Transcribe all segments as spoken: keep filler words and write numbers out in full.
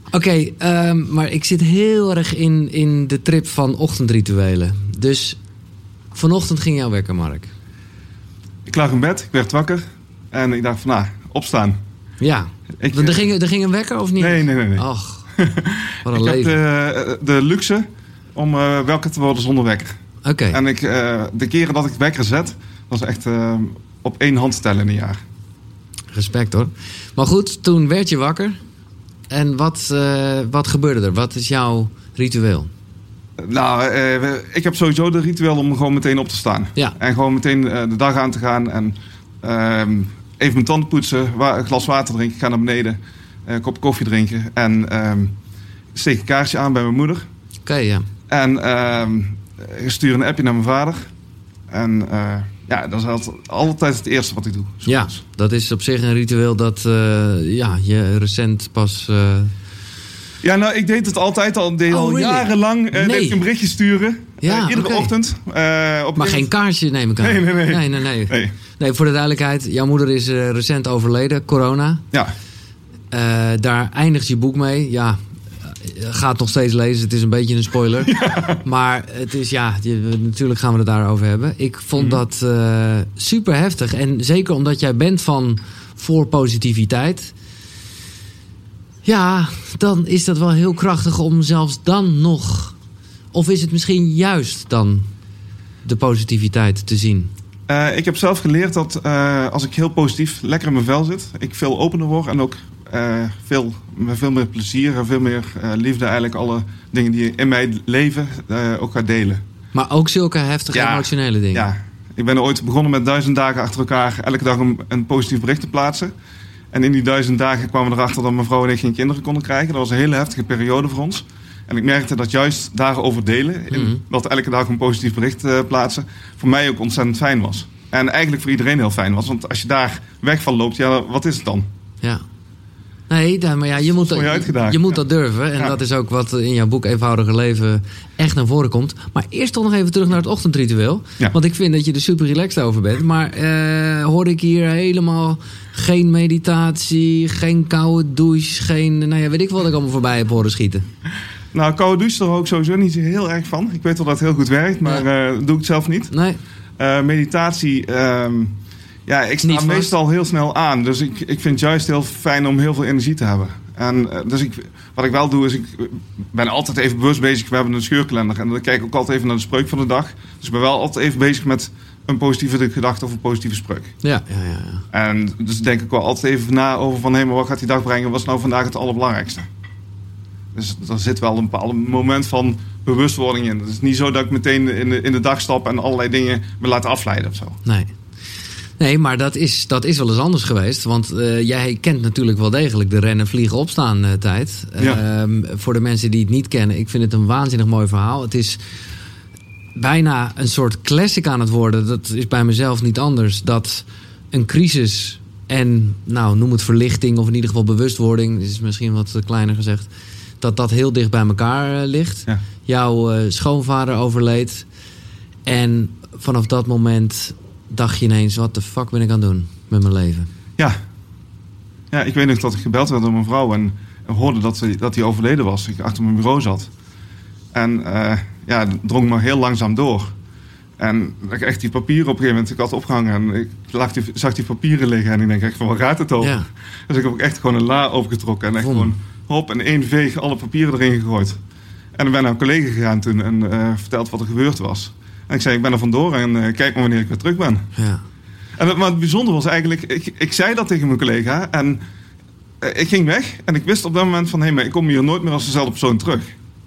Oké, okay, um, maar ik zit heel erg in, in de trip van ochtendrituelen. Dus vanochtend ging jouw wekker, Mark. Ik lag in bed, ik werd wakker en ik dacht van, nou, opstaan. Ja, ik, er, ging, er ging een wekker of niet? Nee, nee, nee. nee. Och, wat een ik leven. heb de, de luxe om uh, wakker te worden zonder wekker. Oké. Okay. En ik, uh, de keren dat ik wekker zet, was echt uh, op één hand tellen in een jaar. Respect hoor. Maar goed, toen werd je wakker. En wat, uh, wat gebeurde er? Wat is jouw ritueel? Nou, uh, ik heb sowieso de ritueel om gewoon meteen op te staan. Ja. En gewoon meteen uh, de dag aan te gaan. En uh, even mijn tanden poetsen, wa- een glas water drinken. Ik ga naar beneden, uh, een kop koffie drinken. En uh, steek een kaarsje aan bij mijn moeder. Oké, okay, ja. En uh, stuur een appje naar mijn vader. En uh, ja, dat is altijd, altijd het eerste wat ik doe. Ja, dat is op zich een ritueel dat uh, ja, je recent pas... Uh... Ja, nou, ik deed het altijd al. Deed oh, al really? jarenlang uh, nee. deed ik een berichtje sturen. Ja, uh, iedere okay. ochtend. Uh, op maar geen kaarsje neem ik aan. Nee, nee, nee. Nee, nee, nee. nee. nee voor de duidelijkheid, jouw moeder is uh, recent overleden, corona. Ja. Uh, daar eindigt je boek mee. Ja, gaat nog steeds lezen. Het is een beetje een spoiler. Ja. Maar het is, ja, je, natuurlijk gaan we het daarover hebben. Ik vond mm. dat uh, super heftig. En zeker omdat jij bent van voor positiviteit. Ja, dan is dat wel heel krachtig om zelfs dan nog... Of is het misschien juist dan de positiviteit te zien? Uh, ik heb zelf geleerd dat uh, als ik heel positief lekker in mijn vel zit... ik veel opener word en ook uh, veel, met veel meer plezier... en veel meer uh, liefde eigenlijk alle dingen die in mij leven uh, ook ga delen. Maar ook zulke heftige ja, emotionele dingen? Ja, ik ben ooit begonnen met duizend dagen achter elkaar... elke dag een, een positief bericht te plaatsen... En in die duizend dagen kwamen we erachter dat mijn vrouw en ik geen kinderen konden krijgen. Dat was een hele heftige periode voor ons. En ik merkte dat juist daarover delen, in, mm-hmm. dat elke dag een positief bericht uh, plaatsen, voor mij ook ontzettend fijn was. En eigenlijk voor iedereen heel fijn was. Want als je daar weg van loopt, ja, wat is het dan? Ja. Nee, maar ja, je moet, dat, je, je moet ja. dat durven. En ja. dat is ook wat in jouw boek Eenvoudige Leven echt naar voren komt. Maar eerst toch nog even terug naar het ochtendritueel. Ja. Want ik vind dat je er super relaxed over bent. Maar uh, hoor ik hier helemaal geen meditatie, geen koude douche, geen... Nou ja, weet ik wat ik allemaal voorbij heb horen schieten. Nou, koude douche er ook sowieso niet heel erg van. Ik weet wel dat het heel goed werkt, maar ja. uh, doe ik het zelf niet. Nee. Uh, meditatie... Um, Ja, ik sta meestal heel snel aan. Dus ik, ik vind het juist heel fijn om heel veel energie te hebben. En uh, dus ik, wat ik wel doe, is ik ben altijd even bewust bezig. We hebben een scheurkalender. En dan kijk ik ook altijd even naar de spreuk van de dag. Dus ik ben wel altijd even bezig met een positieve gedachte of een positieve spreuk. Ja, ja, ja. ja. En dus denk ik wel altijd even na over van... hé, maar wat gaat die dag brengen? Wat is nou vandaag het allerbelangrijkste? Dus er zit wel een bepaald moment van bewustwording in. Het is niet zo dat ik meteen in de, in de dag stap... en allerlei dingen me laat afleiden of zo. Nee. Nee, maar dat is, dat is wel eens anders geweest. Want uh, jij kent natuurlijk wel degelijk de rennen, vliegen, opstaan uh, tijd. Ja. Uh, voor de mensen die het niet kennen, ik vind het een waanzinnig mooi verhaal. Het is bijna een soort classic aan het worden. Dat is bij mezelf niet anders. Dat een crisis en, nou, noem het verlichting... of in ieder geval bewustwording, dit is misschien wat kleiner gezegd... dat dat heel dicht bij elkaar uh, ligt. Ja. Jouw uh, schoonvader overleed. En vanaf dat moment... dacht je ineens, wat de fuck ben ik aan het doen met mijn leven? Ja. Ja, ik weet nog dat ik gebeld werd door mijn vrouw... en hoorde dat hij, dat hij overleden was. Ik achter mijn bureau zat. En uh, ja, het drong me heel langzaam door. En dat ik echt die papieren op een gegeven moment... ik had opgehangen en ik zag die, zag die papieren liggen... en ik denk echt van, waar gaat het over? Ja. Dus ik heb ook echt gewoon een la opgetrokken... en echt Vom. gewoon hop en één veeg alle papieren erin gegooid. En dan ben ik naar een collega gegaan toen... en uh, verteld wat er gebeurd was... En ik zei, ik ben er vandoor en uh, kijk maar wanneer ik weer terug ben. Ja. En het, maar het bijzondere was eigenlijk... Ik, ik zei dat tegen mijn collega en uh, ik ging weg. En ik wist op dat moment van... hé, hey, maar ik kom hier nooit meer als dezelfde persoon terug.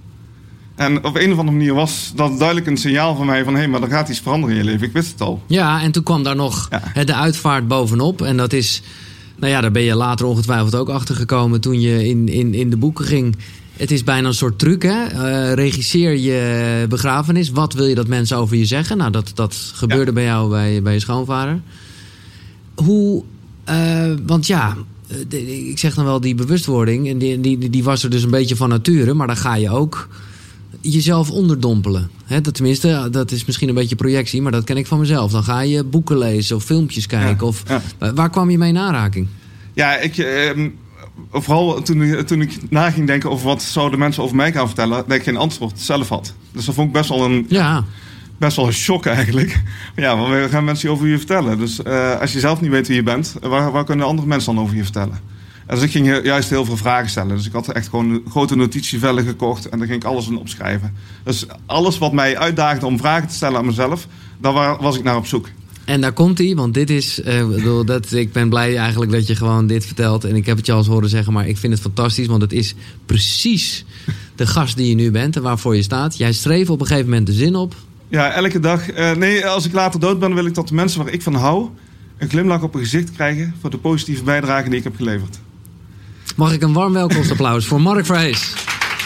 En op een of andere manier was dat duidelijk een signaal van mij... van hé, hey, maar er gaat iets veranderen in je leven. Ik wist het al. Ja, en toen kwam daar nog ja. de uitvaart bovenop. En dat is... Nou ja, daar ben je later ongetwijfeld ook achter gekomen... toen je in, in, in de boeken ging... Het is bijna een soort truc, hè? Uh, regisseer je begrafenis. Wat wil je dat mensen over je zeggen? Nou, dat, dat gebeurde ja. bij jou, bij, bij je schoonvader. Hoe... Uh, want ja, de, ik zeg dan wel die bewustwording... en die, die, die was er dus een beetje van nature... maar dan ga je ook jezelf onderdompelen. Hè? Dat, tenminste, dat is misschien een beetje projectie... maar dat ken ik van mezelf. Dan ga je boeken lezen of filmpjes kijken. Ja. Of, ja. Waar kwam je mee in aanraking? Ja, ik... Uh, vooral toen, toen ik na ging denken over wat zouden mensen over mij gaan vertellen, dat ik geen antwoord zelf had. Dus dat vond ik best wel een, ja. best wel een shock eigenlijk. Ja, wat gaan mensen over je vertellen? Dus uh, als je zelf niet weet wie je bent, waar, waar kunnen andere mensen dan over je vertellen? En dus ik ging juist heel veel vragen stellen. Dus ik had echt gewoon grote notitievellen gekocht en daar ging ik alles in opschrijven. Dus alles wat mij uitdaagde om vragen te stellen aan mezelf, daar was ik naar op zoek. En daar komt hij, want dit is, uh, bedoel, dat, ik ben blij eigenlijk dat je gewoon dit vertelt. En ik heb het je al eens horen zeggen, maar ik vind het fantastisch, want het is precies de gast die je nu bent en waarvoor je staat. Jij streef op een gegeven moment de zin op. Ja, elke dag. Uh, nee, als ik later dood ben, wil ik dat de mensen waar ik van hou een glimlach op hun gezicht krijgen voor de positieve bijdrage die ik heb geleverd. Mag ik een warm welkomstapplaus voor Mark Verhees.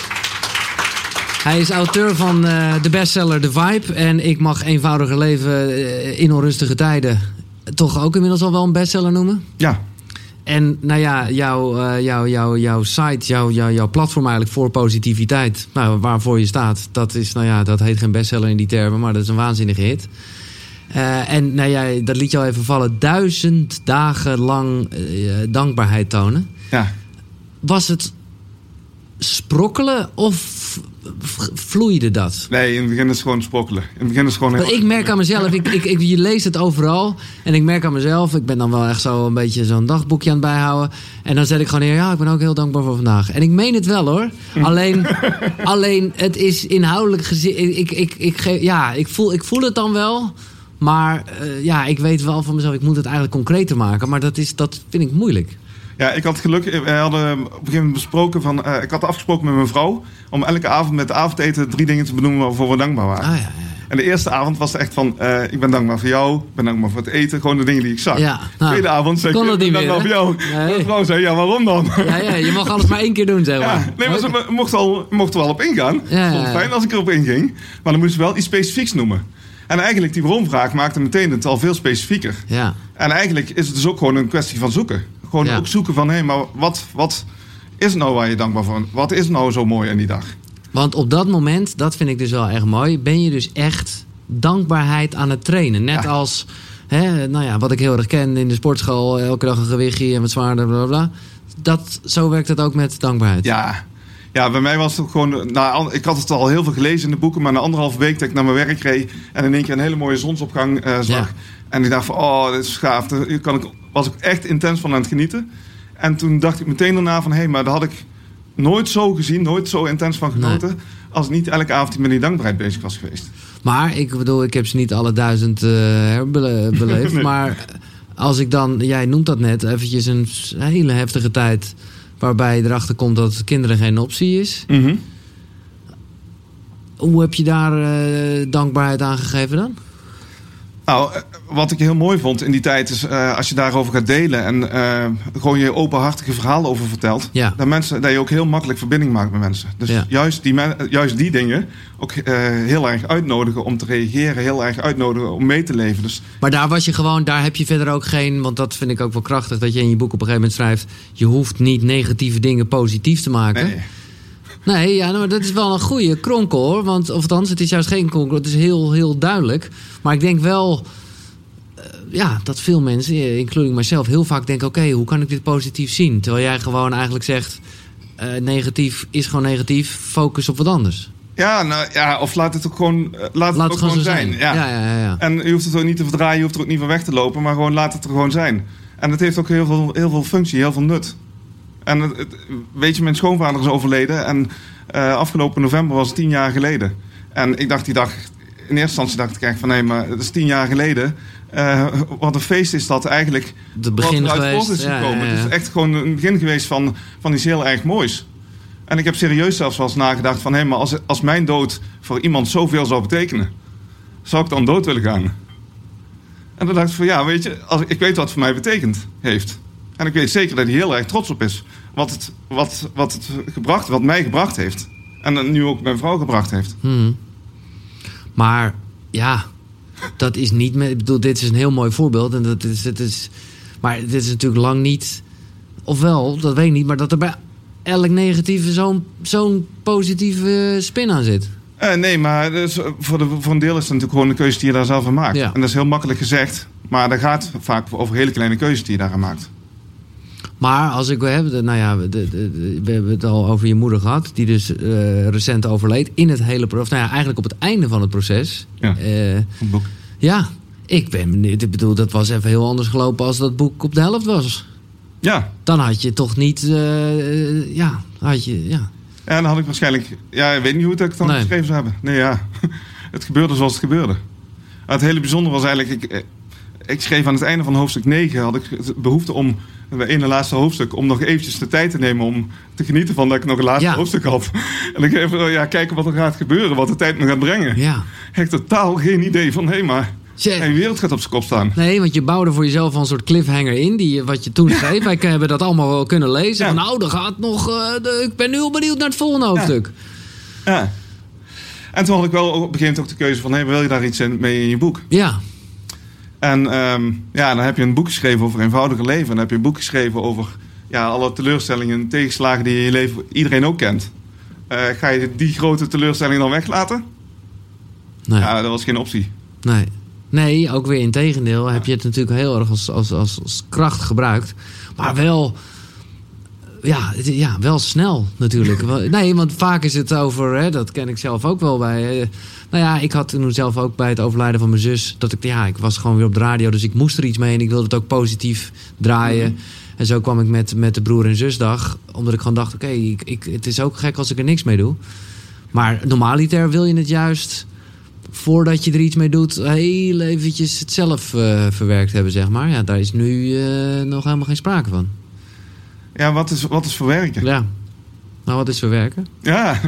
Hij is auteur van uh, de bestseller The Vibe. En ik mag eenvoudiger leven uh, in onrustige tijden toch ook inmiddels al wel een bestseller noemen? Ja. En nou ja, jouw, uh, jouw, jouw, jouw site, jouw, jouw, jouw platform eigenlijk voor positiviteit, nou, waarvoor je staat, dat is, nou ja, dat heet geen bestseller in die termen, maar dat is een waanzinnige hit. Uh, en nou ja, dat liet je al even vallen. Duizend dagen lang uh, dankbaarheid tonen. Ja. Was het sprokkelen of vloeide dat? Nee, in het begin is het gewoon sprokkelen. In het begin is het gewoon heel... Ik merk aan mezelf, ik, ik, ik, je leest het overal. En ik merk aan mezelf, ik ben dan wel echt zo een beetje zo'n dagboekje aan het bijhouden. En dan zet ik gewoon neer, ja, ik ben ook heel dankbaar voor vandaag. En ik meen het wel hoor. Alleen, alleen het is inhoudelijk gezien. Ik, ik, ik, ik, ja, ik, voel, ik voel het dan wel. Maar uh, ja, ik weet wel van mezelf, ik moet het eigenlijk concreter maken. Maar dat, is, dat vind ik moeilijk. Ja, ik had geluk. Wij hadden op een gegeven moment besproken van... Uh, ik had afgesproken met mijn vrouw om elke avond met avondeten drie dingen te benoemen waarvoor we dankbaar waren. Ah, ja, ja. En de eerste avond was echt van... Uh, ik ben dankbaar voor jou, ik ben dankbaar voor het eten. Gewoon de dingen die ik zag. Ja, nou, de tweede avond zei ik, ik ben dankbaar voor jou. Nee. Mijn vrouw zei, ja, waarom dan? Ja, ja, je mag alles maar één keer doen, zeg maar. Ja, nee, maar ze mochten al, mocht er wel op ingaan. Ja, ja, ja. Vond het fijn als ik erop inging. Maar dan moest je wel iets specifieks noemen. En eigenlijk die waarom-vraag maakte meteen het al veel specifieker. Ja. En eigenlijk is het dus ook gewoon een kwestie van zoeken. Gewoon ja. ook zoeken van, hé, hey, maar wat, wat is nou waar je dankbaar voor? Wat is nou zo mooi aan die dag? Want op dat moment, dat vind ik dus wel echt mooi, ben je dus echt dankbaarheid aan het trainen. Net ja. als, hè, nou ja, wat ik heel erg ken in de sportschool, elke dag een gewichtje en wat zwaarder, bla bla. Dat, zo werkt het ook met dankbaarheid. Ja. Ja, bij mij was het gewoon... Nou, ik had het al heel veel gelezen in de boeken, maar na anderhalve week dat ik naar mijn werk reed en in één keer een hele mooie zonsopgang uh, zag. Ja. En ik dacht van, oh, dit is gaaf. Daar kan ik, was ik echt intens van aan het genieten. En toen dacht ik meteen daarna van, hé, hey, maar dat had ik nooit zo gezien, nooit zo intens van genoten, nee. als niet elke avond met die dankbaarheid bezig was geweest. Maar, ik bedoel, ik heb ze niet alle duizend uh, herbeleefd, nee. Maar als ik dan, jij noemt dat net, eventjes een hele heftige tijd waarbij je erachter komt dat kinderen geen optie is. Mm-hmm. Hoe heb je daar uh, dankbaarheid aan gegeven dan? Nou, wat ik heel mooi vond in die tijd is uh, als je daarover gaat delen en uh, gewoon je openhartige verhaal over vertelt, ja. dat, mensen, dat je ook heel makkelijk verbinding maakt met mensen. Dus ja. juist, die men, juist die dingen ook uh, heel erg uitnodigen om te reageren, heel erg uitnodigen om mee te leven. Dus... Maar daar was je gewoon, daar heb je verder ook geen, want dat vind ik ook wel krachtig, dat je in je boek op een gegeven moment schrijft, je hoeft niet negatieve dingen positief te maken. Nee. Nee, ja, nou, dat is wel een goede kronkel hoor. Want, of althans, het is juist geen kronkel. Het is heel, heel duidelijk. Maar ik denk wel uh, ja, dat veel mensen, including mijzelf, heel vaak denken, oké, okay, hoe kan ik dit positief zien? Terwijl jij gewoon eigenlijk zegt, uh, negatief is gewoon negatief. Focus op wat anders. Ja, nou, ja, of laat het ook gewoon, uh, laat laat het ook het gewoon zijn. zijn. Ja. Ja, ja, ja, ja. En je hoeft het ook niet te verdraaien, je hoeft er ook niet van weg te lopen. Maar gewoon laat het er gewoon zijn. En het heeft ook heel veel, heel veel functie, heel veel nut. En het, het, weet je, mijn schoonvader is overleden. En uh, afgelopen november was het tien jaar geleden. En ik dacht die dag, in eerste instantie dacht ik echt van, nee, maar het is tien jaar geleden. Uh, wat een feest is dat eigenlijk. Het begin wat geweest. Voort is gekomen. Ja, ja, ja. Het is echt gewoon een begin geweest van, van iets heel erg moois. En ik heb serieus zelfs wel eens nagedacht van, hé, maar als, als mijn dood voor iemand zoveel zou betekenen, zou ik dan dood willen gaan? En dan dacht ik van, ja, weet je, als, ik weet wat het voor mij betekend heeft. En ik weet zeker dat hij heel erg trots op is. Wat het, wat, wat het gebracht, wat mij gebracht heeft. En nu ook mijn vrouw gebracht heeft. Hmm. Maar ja, dat is niet meer. Ik bedoel, dit is een heel mooi voorbeeld. En dat is, het is, maar dit is natuurlijk lang niet. Ofwel, dat weet ik niet. Maar dat er bij elk negatieve zo'n, zo'n positieve spin aan zit. Uh, nee, maar dus voor, de, voor een deel is het natuurlijk gewoon een keuze die je daar zelf aan maakt. Ja. En dat is heel makkelijk gezegd. Maar dat gaat vaak over hele kleine keuzes die je daaraan maakt. Maar als ik heb, nou ja, de, de, de, we hebben het al over je moeder gehad, die dus uh, recent overleed in het hele proces. Nou ja, eigenlijk op het einde van het proces. Ja, uh, een boek. Ja, ik ben benieuwd. Ik bedoel, dat was even heel anders gelopen als dat boek op de helft was. Ja. Dan had je toch niet, uh, ja, had je, ja. Ja, dan had ik waarschijnlijk, ja, ik weet niet hoe het ik dan nee. geschreven zou hebben. Nee, ja, het gebeurde zoals het gebeurde. Het hele bijzondere was eigenlijk, ik, ik schreef aan het einde van hoofdstuk negen, had ik behoefte om, bij ene laatste hoofdstuk, om nog eventjes de tijd te nemen om te genieten van dat ik nog een laatste ja. hoofdstuk had. En ik even, ja, kijken wat er gaat gebeuren, wat de tijd me gaat brengen. Ja. Ik heb totaal geen idee van, hé, hey, maar de hele wereld gaat op zijn kop staan. Nee, want je bouwde voor jezelf al een soort cliffhanger in, die, wat je toen schreef. Wij hebben dat allemaal wel kunnen lezen. Ja. Van, nou, er gaat nog, uh, de, ik ben nu al benieuwd naar het volgende hoofdstuk. Ja. ja. En toen had ik wel op een gegeven moment ook de keuze van, hey, wil je daar iets mee in je boek? Ja. En um, ja, dan heb je een boek geschreven over eenvoudiger leven. En dan heb je een boek geschreven over ja, alle teleurstellingen en tegenslagen die in je leven iedereen ook kent. Uh, ga je die grote teleurstelling dan weglaten? Nee. Ja, dat was geen optie. Nee. Nee, ook weer in tegendeel heb je het natuurlijk heel erg als, als, als, als kracht gebruikt. Maar wel, ja, ja, wel snel natuurlijk. Nee, want vaak is het over, hè, dat ken ik zelf ook wel bij. Eh, nou ja, ik had toen zelf ook bij het overlijden van mijn zus, dat ik, ja, ik was gewoon weer op de radio, dus ik moest er iets mee en ik wilde het ook positief draaien. Mm-hmm. En zo kwam ik met, met de broer- en zusdag, omdat ik gewoon dacht, oké, okay, ik, ik, het is ook gek als ik er niks mee doe. Maar normaliter wil je het juist, voordat je er iets mee doet, heel eventjes het zelf uh, verwerkt hebben, zeg maar. Ja, daar is nu uh, nog helemaal geen sprake van. Ja, wat is, wat is verwerken? Ja, nou, wat is verwerken? Ja.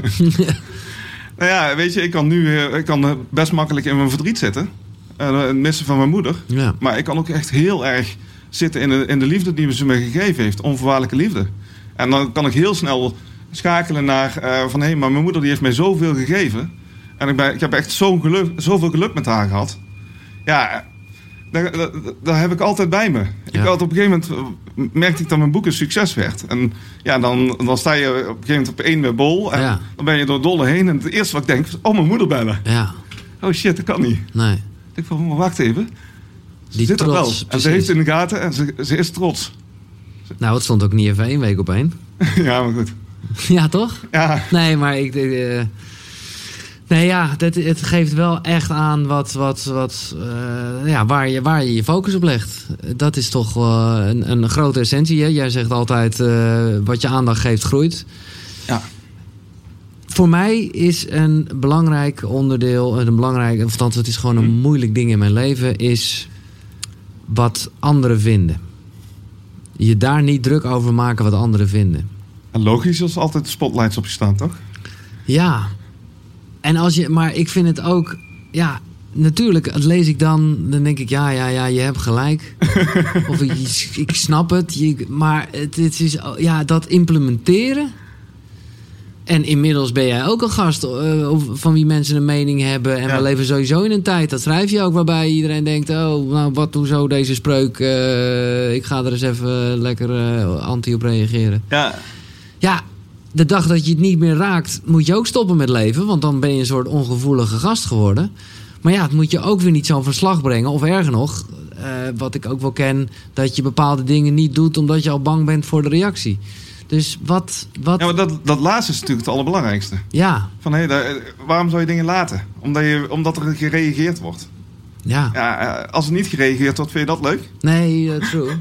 Nou ja, weet je, ik kan nu uh, ik kan best makkelijk in mijn verdriet zitten. Uh, het missen van mijn moeder. Ja. Maar ik kan ook echt heel erg zitten in de, in de liefde die ze me gegeven heeft. Onvoorwaardelijke liefde. En dan kan ik heel snel schakelen naar uh, van, hé, hey, maar mijn moeder die heeft mij zoveel gegeven. En ik, ben, ik heb echt zo'n geluk, zoveel geluk met haar gehad. Ja, daar, daar, daar heb ik altijd bij me. Ja. Ik had op een gegeven moment merkte ik dat mijn boek een succes werd. En ja, dan, dan sta je op een gegeven moment op één bol. En ja. dan ben je door dolle heen. En het eerste wat ik denk is, oh, mijn moeder bellen. Ja. Oh shit, dat kan niet. Nee. Ik denk van, maar wacht even. Ze Die zit trots, er wel. En precies. ze heeft het in de gaten en ze, ze is trots. Nou, het stond ook niet even één week op één. Ja, maar goed. Ja, toch? Ja. Nee, maar ik... Uh, nee, ja, dat, het geeft wel echt aan wat, wat, wat, uh, ja, waar, je, waar je je focus op legt. Dat is toch uh, een, een grote essentie. Hè? Jij zegt altijd, uh, wat je aandacht geeft, groeit. Ja. Voor mij is een belangrijk onderdeel, een belangrijk, of althans, het is gewoon een moeilijk ding in mijn leven, is wat anderen vinden. Je daar niet druk over maken wat anderen vinden. En logisch als altijd de spotlights op je staan, toch? Ja. En als je, maar ik vind het ook, ja, natuurlijk, lees ik dan, dan denk ik, ja, ja, ja, je hebt gelijk. Of ik, ik snap het, je, maar het, het is, ja, dat implementeren. En inmiddels ben jij ook een gast uh, van wie mensen een mening hebben. En ja. we leven sowieso in een tijd, dat schrijf je ook, waarbij iedereen denkt, oh, nou, wat, hoezo deze spreuk? Uh, ik ga er eens even lekker uh, anti op reageren. Ja. Ja, de dag dat je het niet meer raakt, moet je ook stoppen met leven. Want dan ben je een soort ongevoelige gast geworden. Maar ja, het moet je ook weer niet zo'n verslag brengen. Of erger nog, uh, wat ik ook wel ken, dat je bepaalde dingen niet doet omdat je al bang bent voor de reactie. Dus wat... wat... Ja, maar dat, dat laatste is natuurlijk het allerbelangrijkste. Ja. Van, hé, hey, waarom zou je dingen laten? Omdat, je, omdat er gereageerd wordt. Ja. Ja. Als er niet gereageerd wordt, vind je dat leuk? Nee, uh, true.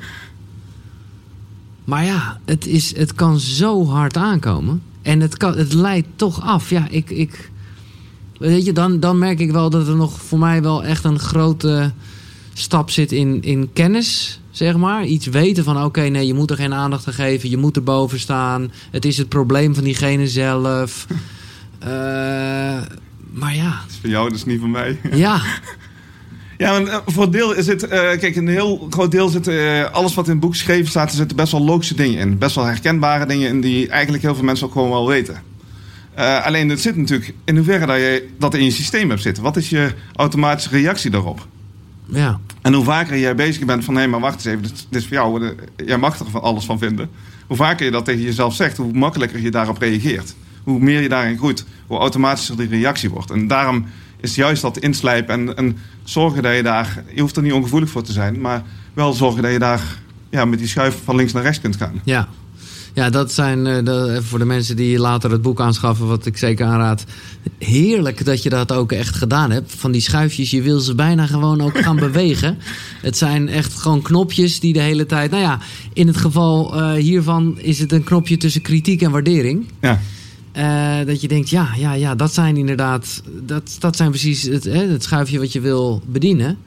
Maar ja, het, is, het kan zo hard aankomen. En het, kan, het leidt toch af. Ja, ik... ik weet je, dan, dan merk ik wel dat er nog voor mij wel echt een grote stap zit in, in kennis, zeg maar. Iets weten van, oké, okay, nee, je moet er geen aandacht aan geven. Je moet erboven staan. Het is het probleem van diegene zelf. uh, maar ja. Het is voor jou, dat is niet voor mij. Ja. Ja, maar voor een deel is het... Uh, kijk, een heel groot deel zit... Uh, alles wat in het boek geschreven staat, er zitten best wel logische dingen in. Best wel herkenbare dingen in die eigenlijk heel veel mensen ook gewoon wel weten. Uh, alleen het zit natuurlijk in hoeverre dat je dat in je systeem hebt zitten. Wat is je automatische reactie daarop? Ja. En hoe vaker jij bezig bent van, hé, hey, maar wacht eens even, dit, dit is voor jou, de, jij mag er van alles van vinden. Hoe vaker je dat tegen jezelf zegt, hoe makkelijker je daarop reageert. Hoe meer je daarin groeit, hoe automatischer die reactie wordt. En daarom is juist dat inslijpen en, en zorgen dat je daar, je hoeft er niet ongevoelig voor te zijn, maar wel zorgen dat je daar ja, met die schuif van links naar rechts kunt gaan. Ja. Ja, dat zijn uh, de, voor de mensen die later het boek aanschaffen, wat ik zeker aanraad. Heerlijk dat je dat ook echt gedaan hebt. Van die schuifjes, je wil ze bijna gewoon ook gaan bewegen. Het zijn echt gewoon knopjes die de hele tijd... Nou ja, in het geval uh, hiervan is het een knopje tussen kritiek en waardering. Ja. Uh, dat je denkt, ja, ja, ja, dat zijn inderdaad... Dat, dat zijn precies het, hè, het schuifje wat je wil bedienen.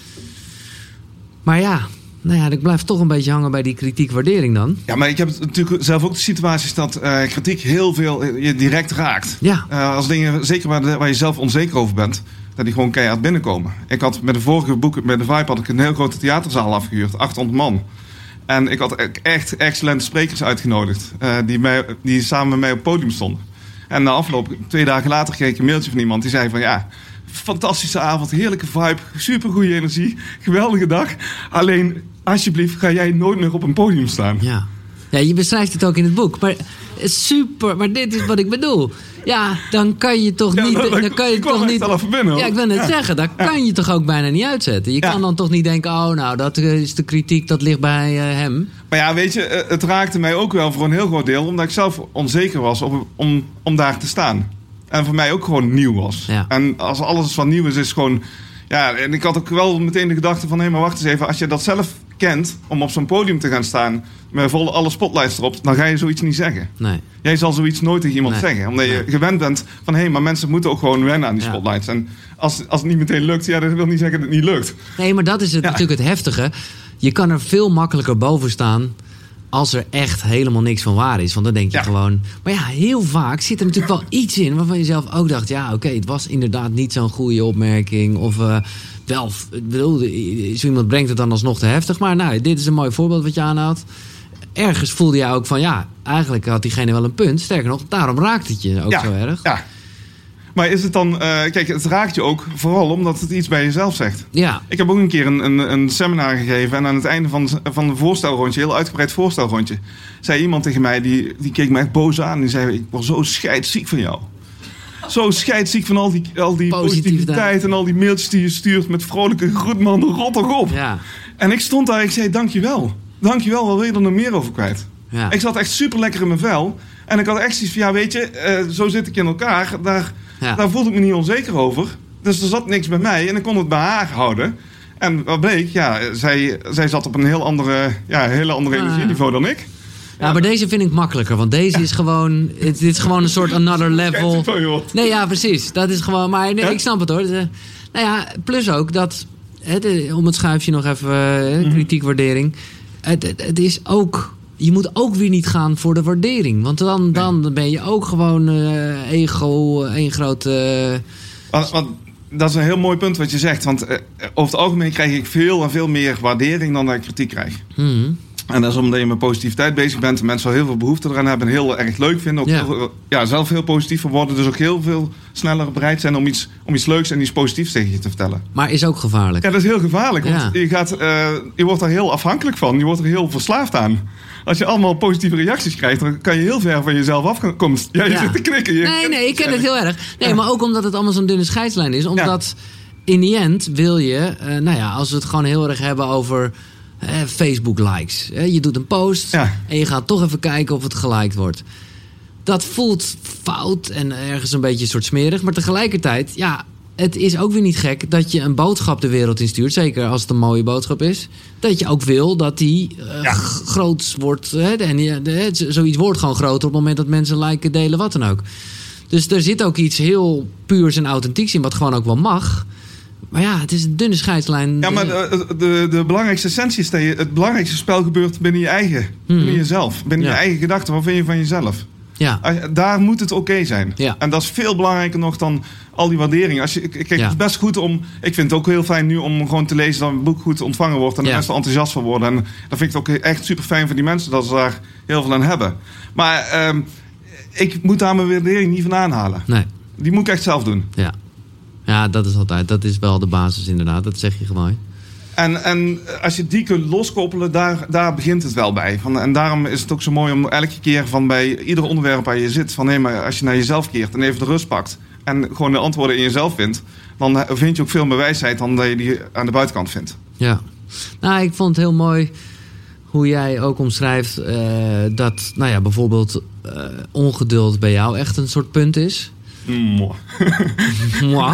Maar ja... Nou ja, ik blijf toch een beetje hangen bij die kritiek-waardering dan. Ja, maar ik heb natuurlijk zelf ook de situaties dat uh, kritiek heel veel je direct raakt. Ja. Uh, als dingen, zeker waar, de, waar je zelf onzeker over bent, dat die gewoon keihard binnenkomen. Ik had met de vorige boek, met de Vibe, had ik een heel grote theaterzaal afgehuurd, achthonderd man. En ik had echt excellente sprekers uitgenodigd, uh, die, mij, die samen met mij op het podium stonden. En na afloop, twee dagen later, kreeg ik een mailtje van iemand die zei van ja... Fantastische avond, heerlijke vibe, supergoeie energie, geweldige dag. Alleen, alsjeblieft, ga jij nooit meer op een podium staan. Ja, ja, je beschrijft het ook in het boek. Maar super, maar dit is wat ik bedoel. Ja, dan kan je toch ja, niet... Dan, dan kan je ik toch niet. Al even binnen, hoor. Ja, ik wil net ja. zeggen, dat ja. kan je toch ook bijna niet uitzetten. Je ja. kan dan toch niet denken, oh nou, dat is de kritiek, dat ligt bij uh, hem. Maar ja, weet je, het raakte mij ook wel voor een heel groot deel, omdat ik zelf onzeker was om, om, om daar te staan. En voor mij ook gewoon nieuw was. Ja. En als alles wat nieuw is, is gewoon... Ja, en ik had ook wel meteen de gedachte van... hé, maar wacht eens even, als je dat zelf kent... om op zo'n podium te gaan staan... met volle alle spotlights erop... dan ga je zoiets niet zeggen. Nee. Jij zal zoiets nooit tegen iemand nee. zeggen. Omdat je nee. gewend bent van... hé, maar mensen moeten ook gewoon wennen aan die ja. spotlights. En als, als het niet meteen lukt... ja, dat wil niet zeggen dat het niet lukt. Nee, maar dat is het, ja. natuurlijk het heftige. Je kan er veel makkelijker boven staan... als er echt helemaal niks van waar is. Want dan denk je ja. gewoon... Maar ja, heel vaak zit er natuurlijk wel iets in... waarvan je zelf ook dacht... ja, oké, okay, het was inderdaad niet zo'n goede opmerking. Of uh, wel... Ik bedoel, zo iemand brengt het dan alsnog te heftig. Maar nou, dit is een mooi voorbeeld wat je aanhaalt. Ergens voelde je ook van... ja, eigenlijk had diegene wel een punt. Sterker nog, daarom raakt het je ook ja. zo erg. Ja. Maar is het dan... Uh, kijk, het raakt je ook vooral omdat het iets bij jezelf zegt. Ja. Ik heb ook een keer een, een, een seminar gegeven... en aan het einde van, van een voorstelrondje... heel uitgebreid voorstelrondje... zei iemand tegen mij... die, die keek me echt boos aan... en die zei... ik word zo scheidsziek van jou. Zo scheidsziek van al die, al die positiviteit... positiviteit en al die mailtjes die je stuurt... met vrolijke groet, man, rot toch op. Ja. En ik stond daar en ik zei... dankjewel. Dankjewel, wat wil je er nog meer over kwijt? Ja. Ik zat echt super lekker in mijn vel... en ik had echt zoiets van... ja, weet je, uh, zo zit ik in elkaar... daar... Ja. Daar voelde ik me niet onzeker over. Dus er zat niks bij mij en ik kon het bij haar houden. En wat bleek, ja, zij, zij zat op een heel andere, ja, hele andere ah, energieniveau dan ik. Ja, ja, maar deze vind ik makkelijker. Want deze ja. is gewoon... Het is gewoon een soort another level. Nee, ja, precies. Dat is gewoon... Maar nee, ja? ik snap het hoor. Nou ja, plus ook dat... Hè, de, om het schuifje nog even... Mm-hmm. Kritiekwaardering. Het, het, het is ook... Je moet ook weer niet gaan voor de waardering. Want dan, dan nee. ben je ook gewoon uh, ego, één grote... Uh... Want, want dat is een heel mooi punt wat je zegt. Want uh, over het algemeen krijg ik veel en veel meer waardering dan dat ik kritiek krijg. Mm-hmm. En dat is omdat je met positiviteit bezig bent. En mensen wel heel veel behoefte eraan hebben en heel erg leuk vinden. Ook ja. Heel, ja, zelf heel positief van worden. Dus ook heel veel sneller bereid zijn om iets, om iets leuks en iets positiefs tegen je te vertellen. Maar is ook gevaarlijk. Ja, dat is heel gevaarlijk. Want ja. je, gaat, uh, je wordt er heel afhankelijk van. Je wordt er heel verslaafd aan. Als je allemaal positieve reacties krijgt, dan kan je heel ver van jezelf afkomen. Ja, je ja. zit te knikken. Je nee, nee, ik ken het heel erg. Nee, ja. maar ook omdat het allemaal zo'n dunne scheidslijn is. Omdat ja. in die end wil je... Uh, nou ja, als we het gewoon heel erg hebben over... Uh, Facebook-likes. Uh, je doet een post ja. en je gaat toch even kijken of het geliked wordt. Dat voelt fout en ergens een beetje een soort smerig. Maar tegelijkertijd, ja, het is ook weer niet gek dat je een boodschap de wereld instuurt. Zeker als het een mooie boodschap is. Dat je ook wil dat die uh, ja. g- groot wordt. Hè, en die, de, zoiets wordt gewoon groter op het moment dat mensen liken, delen, wat dan ook. Dus er zit ook iets heel puurs en authentieks in, wat gewoon ook wel mag. Maar ja, het is een dunne scheidslijn. Ja, maar de, de, de belangrijkste essentie is dat je, het belangrijkste spel gebeurt binnen je eigen. Hmm. Binnen jezelf. Binnen ja. je eigen gedachten. Wat vind je van jezelf? Ja. Daar moet het oké okay zijn. Ja. En dat is veel belangrijker nog dan al die waarderingen. Als je, kijk, ja. het is best goed om... Ik vind het ook heel fijn nu om gewoon te lezen dat een boek goed ontvangen wordt. En de ja. mensen er enthousiast van worden. En dat vind ik ook echt super fijn voor die mensen dat ze daar heel veel aan hebben. Maar um, ik moet daar mijn waardering niet van aanhalen. Nee. Die moet ik echt zelf doen. Ja. Ja, dat is altijd. Dat is wel de basis inderdaad. Dat zeg je gewoon. En, en als je die kunt loskoppelen, daar, daar begint het wel bij. Van, en daarom is het ook zo mooi om elke keer van bij ieder onderwerp waar je zit... van hé, maar als je naar jezelf keert en even de rust pakt... en gewoon de antwoorden in jezelf vindt... dan vind je ook veel meer wijsheid dan dat je die aan de buitenkant vindt. Ja. Nou, ik vond het heel mooi hoe jij ook omschrijft uh, dat, nou ja, bijvoorbeeld uh, ongeduld bij jou echt een soort punt is. Mwah. Mwah.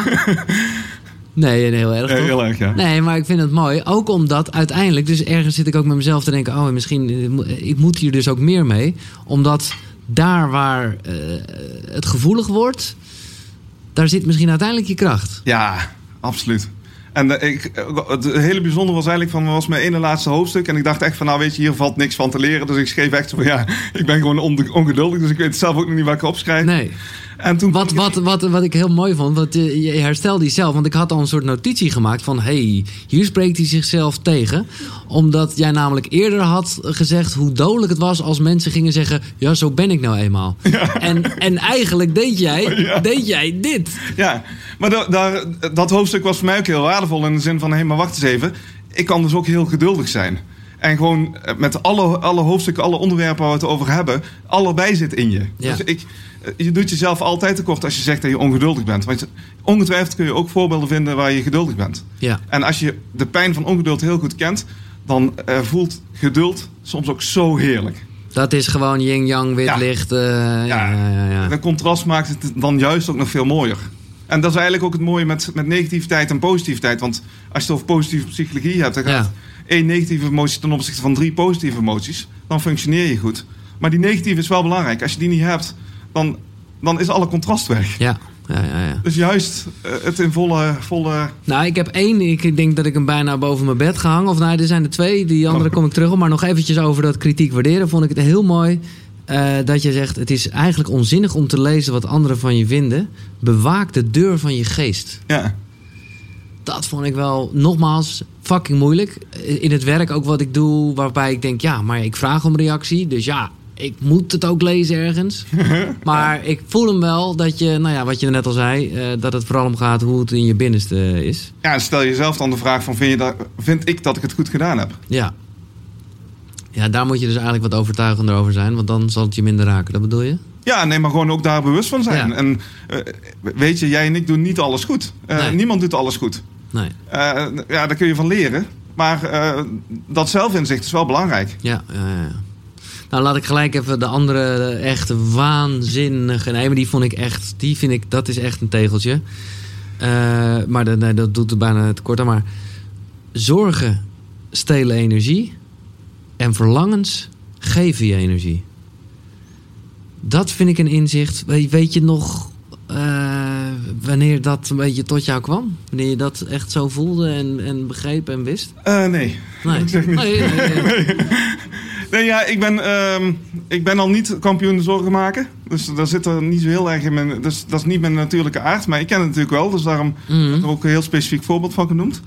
Nee, heel erg. Nee, heel erg, ja. Nee, maar ik vind het mooi. Ook omdat uiteindelijk, dus ergens zit ik ook met mezelf te denken, oh, misschien, ik moet hier dus ook meer mee. Omdat daar waar uh, het gevoelig wordt, daar zit misschien uiteindelijk je kracht. Ja, absoluut. En uh, ik, het hele bijzondere was eigenlijk van, was mijn ene laatste hoofdstuk. En ik dacht echt van, nou weet je, hier valt niks van te leren. Dus ik schreef echt van, ja, ik ben gewoon ongeduldig. Dus ik weet zelf ook nog niet waar ik opschrijf. Nee. En toen wat, wat, wat, wat ik heel mooi vond, want je, je herstelde jezelf. Want ik had al een soort notitie gemaakt van, hey, hier spreekt hij zichzelf tegen. Omdat jij namelijk eerder had gezegd hoe dodelijk het was als mensen gingen zeggen, ja, zo ben ik nou eenmaal. Ja. En, en eigenlijk deed jij, ja. deed jij dit. Ja, maar da, daar, dat hoofdstuk was voor mij ook heel waardevol in de zin van, hé, hey, maar wacht eens even. Ik kan dus ook heel geduldig zijn. En gewoon met alle, alle hoofdstukken, alle onderwerpen waar we het over hebben, allebei zit in je. Ja. Dus ik, je doet jezelf altijd tekort als je zegt dat je ongeduldig bent. Want ongetwijfeld kun je ook voorbeelden vinden waar je geduldig bent. Ja. En als je de pijn van ongeduld heel goed kent, dan uh, voelt geduld soms ook zo heerlijk. Dat is gewoon yin-yang, wit ja. licht. Uh, ja. Ja, ja, ja. De contrast maakt het dan juist ook nog veel mooier. En dat is eigenlijk ook het mooie met, met negativiteit en positiviteit. Want als je het over positieve psychologie hebt, dan gaat ja. één negatieve emotie ten opzichte van drie positieve emoties, dan functioneer je goed. Maar die negatieve is wel belangrijk. Als je die niet hebt, dan, dan is alle contrast weg. Ja. Ja, ja, ja. Dus juist uh, het in volle, volle... Nou, ik heb één. Ik denk dat ik hem bijna boven mijn bed gehangen. Of nou, er zijn er twee. Die andere oh. kom ik terug op. Maar nog eventjes over dat kritiek waarderen. Vond ik het heel mooi uh, dat je zegt, het is eigenlijk onzinnig om te lezen wat anderen van je vinden. Bewaak de deur van je geest. Ja. Dat vond ik wel, nogmaals, fucking moeilijk. In het werk ook wat ik doe, waarbij ik denk, ja, maar ik vraag om reactie. Dus ja, ik moet het ook lezen ergens. Maar ik voel hem wel dat je, nou ja, wat je net al zei, uh, dat het vooral om gaat hoe het in je binnenste is. Ja, en stel jezelf dan de vraag van, vind, je dat, vind ik dat ik het goed gedaan heb? Ja. Ja, daar moet je dus eigenlijk wat overtuigender over zijn, want dan zal het je minder raken. Dat bedoel je? Ja, nee, maar gewoon ook daar bewust van zijn. Ja. En uh, weet je, jij en ik doen niet alles goed. Uh, nee. Niemand doet alles goed. Nee. Uh, ja, daar kun je van leren. Maar uh, dat zelfinzicht is wel belangrijk. Ja, ja, ja. Nou, laat ik gelijk even de andere echt waanzinnige... Nee, maar die vond ik echt... Die vind ik... Dat is echt een tegeltje. Uh, maar de, nee, dat doet het bijna te kort aan. Maar zorgen stelen energie. En verlangens geven je energie. Dat vind ik een inzicht. Weet je nog... Uh, wanneer dat een beetje tot jou kwam? Wanneer je dat echt zo voelde en, en begreep en wist? Uh, nee. Nee. Ik zeg niet. Nee, nee, nee. nee. nee ja, ik ben, uh, ik ben al niet kampioen zorgen maken. Dus daar zit er niet zo heel erg in mijn... Dus dat is niet mijn natuurlijke aard. Maar ik ken het natuurlijk wel. Dus daarom mm-hmm. heb ik er ook een heel specifiek voorbeeld van genoemd.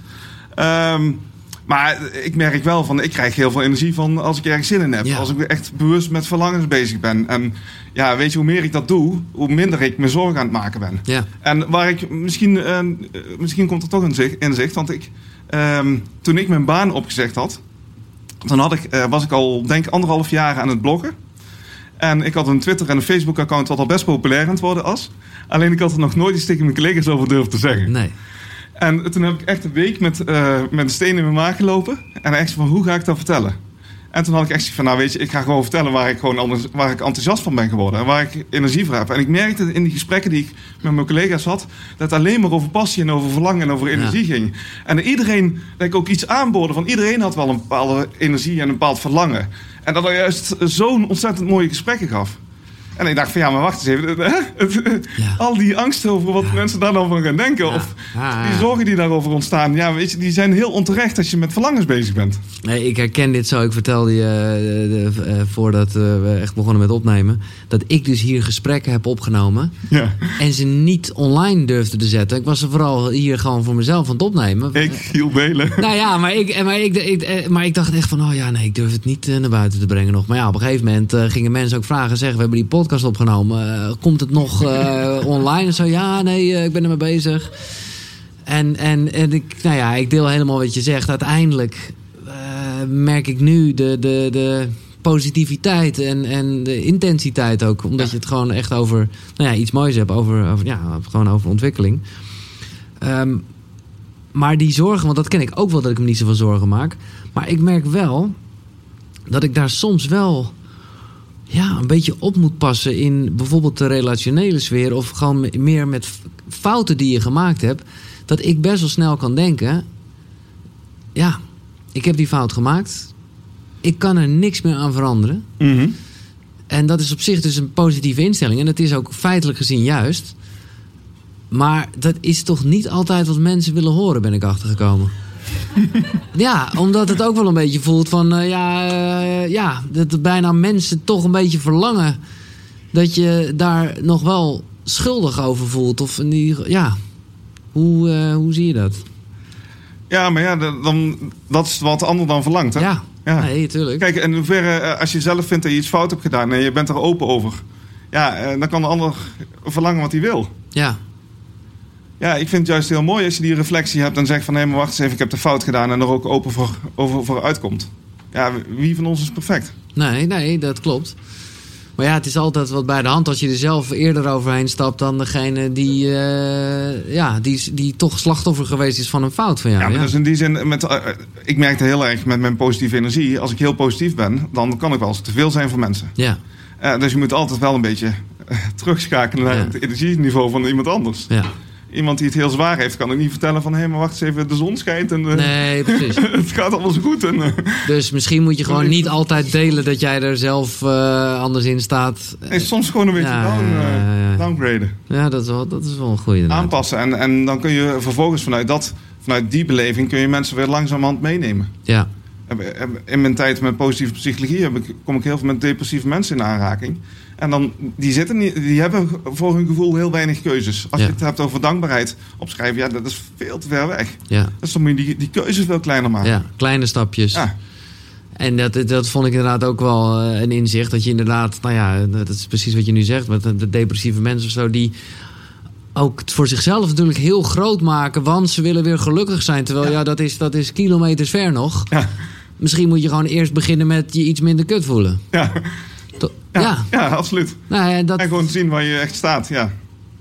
Um, Maar ik merk wel van, ik krijg heel veel energie van als ik ergens zin in heb. Ja. Als ik echt bewust met verlangens bezig ben. En ja, weet je, hoe meer ik dat doe, hoe minder ik me zorgen aan het maken ben. Ja. En waar ik misschien, uh, misschien komt er toch een zicht, inzicht. Want ik, um, toen ik mijn baan opgezegd had, dan had ik, uh, was ik al, denk ik, anderhalf jaar aan het bloggen. En ik had een Twitter en een Facebook account wat al best populair aan het worden was. Alleen ik had er nog nooit iets tegen mijn collega's over durven te zeggen. Nee. En toen heb ik echt een week met, uh, met een steen in mijn maag gelopen. En echt van, hoe ga ik dat vertellen? En toen had ik echt van, nou weet je, ik ga gewoon vertellen waar ik, gewoon anders, waar ik enthousiast van ben geworden. En waar ik energie voor heb. En ik merkte in die gesprekken die ik met mijn collega's had, dat het alleen maar over passie en over verlangen en over energie ja. ging. En iedereen, dat ik ook iets aanboorde van, iedereen had wel een bepaalde energie en een bepaald verlangen. En dat er juist zo'n ontzettend mooie gesprekken gaf. En ik dacht van, ja, maar wacht eens even. Ja. Al die angst over wat ja. mensen daar dan van gaan denken. Ja. Of ja. die zorgen die daarover ontstaan. Ja, weet je, die zijn heel onterecht als je met verlangens bezig bent. Nee, ik herken dit zo. Ik vertelde je uh, de, uh, voordat uh, we echt begonnen met opnemen, dat ik dus hier gesprekken heb opgenomen. Ja. En ze niet online durfde te zetten. Ik was er vooral hier gewoon voor mezelf aan het opnemen. Ik, Giel Belen. Nou ja, maar ik, maar, ik, ik, maar ik dacht echt van, oh ja, nee, ik durf het niet uh, naar buiten te brengen nog. Maar ja, op een gegeven moment uh, gingen mensen ook vragen zeggen, we hebben die podcast opgenomen. Uh, komt het nog uh, online? En zo, ja, nee, uh, ik ben ermee bezig. En, en, en ik, nou ja, ik deel helemaal wat je zegt. Uiteindelijk uh, merk ik nu de, de, de positiviteit en, en de intensiteit ook. Omdat ja. je het gewoon echt over nou ja, iets moois hebt. Over, over, ja, gewoon over ontwikkeling. Um, maar die zorgen, want dat ken ik ook wel dat ik me niet zoveel zorgen maak. Maar ik merk wel dat ik daar soms wel ja, een beetje op moet passen in bijvoorbeeld de relationele sfeer of gewoon meer met fouten die je gemaakt hebt, dat ik best wel snel kan denken, ja, ik heb die fout gemaakt. Ik kan er niks meer aan veranderen. Mm-hmm. En dat is op zich dus een positieve instelling. En dat is ook feitelijk gezien juist. Maar dat is toch niet altijd wat mensen willen horen, ben ik achtergekomen. Ja, omdat het ook wel een beetje voelt van... Uh, ja, uh, ja, dat bijna mensen toch een beetje verlangen... dat je daar nog wel schuldig over voelt. Of in die, ja, hoe, uh, hoe zie je dat? Ja, maar ja, dan, dat is wat de ander dan verlangt, hè? Ja, ja. Nee, tuurlijk. Kijk, in hoeverre, als je zelf vindt dat je iets fout hebt gedaan... en je bent er open over... ja, dan kan de ander verlangen wat hij wil. Ja. Ja, ik vind het juist heel mooi als je die reflectie hebt... en zegt van, hé, maar wacht eens even, ik heb de fout gedaan... en er ook open voor, over, voor uitkomt. Ja, wie van ons is perfect? Nee, nee, dat klopt. Maar ja, het is altijd wat bij de hand als je er zelf eerder overheen stapt... dan degene die, uh, ja, die, die toch slachtoffer geweest is van een fout van jou. Ja, maar ja. dus in die zin... Met, uh, ik merkte heel erg met mijn positieve energie... als ik heel positief ben, dan kan ik wel eens te veel zijn voor mensen. Ja. Uh, dus je moet altijd wel een beetje uh, terugschakelen... naar ja. het energieniveau van iemand anders. Ja. Iemand die het heel zwaar heeft, kan ook niet vertellen van... hé, hey, maar wacht eens even, de zon schijnt en... Uh, nee, precies. het gaat allemaal zo goed. En, uh, dus misschien moet je gewoon niet altijd delen... dat jij er zelf uh, anders in staat. Nee, soms gewoon een beetje ja, down, uh, ja, ja. downgraden. Ja, dat is wel, dat is wel een goede. Aanpassen. En, en dan kun je vervolgens vanuit, dat, vanuit die beleving... kun je mensen weer langzamerhand meenemen. Ja. In mijn tijd met positieve psychologie... Heb ik, kom ik heel veel met depressieve mensen in aanraking... En dan, die, zitten niet, die hebben voor hun gevoel heel weinig keuzes. Als ja. je het hebt over dankbaarheid opschrijven, ja, dat is veel te ver weg. Ja. Dus dan moet je die, die keuzes veel kleiner maken. Ja, kleine stapjes. Ja. En dat, dat vond ik inderdaad ook wel een inzicht. Dat je inderdaad, nou ja, dat is precies wat je nu zegt. Met de depressieve mensen of zo, die ook het voor zichzelf natuurlijk heel groot maken. Want ze willen weer gelukkig zijn. Terwijl, ja, ja dat, is, dat is kilometers ver nog. Ja. Misschien moet je gewoon eerst beginnen met je iets minder kut voelen. Ja. To- Ja, ja. ja, absoluut. Nou, ja, dat... En gewoon zien waar je echt staat, ja.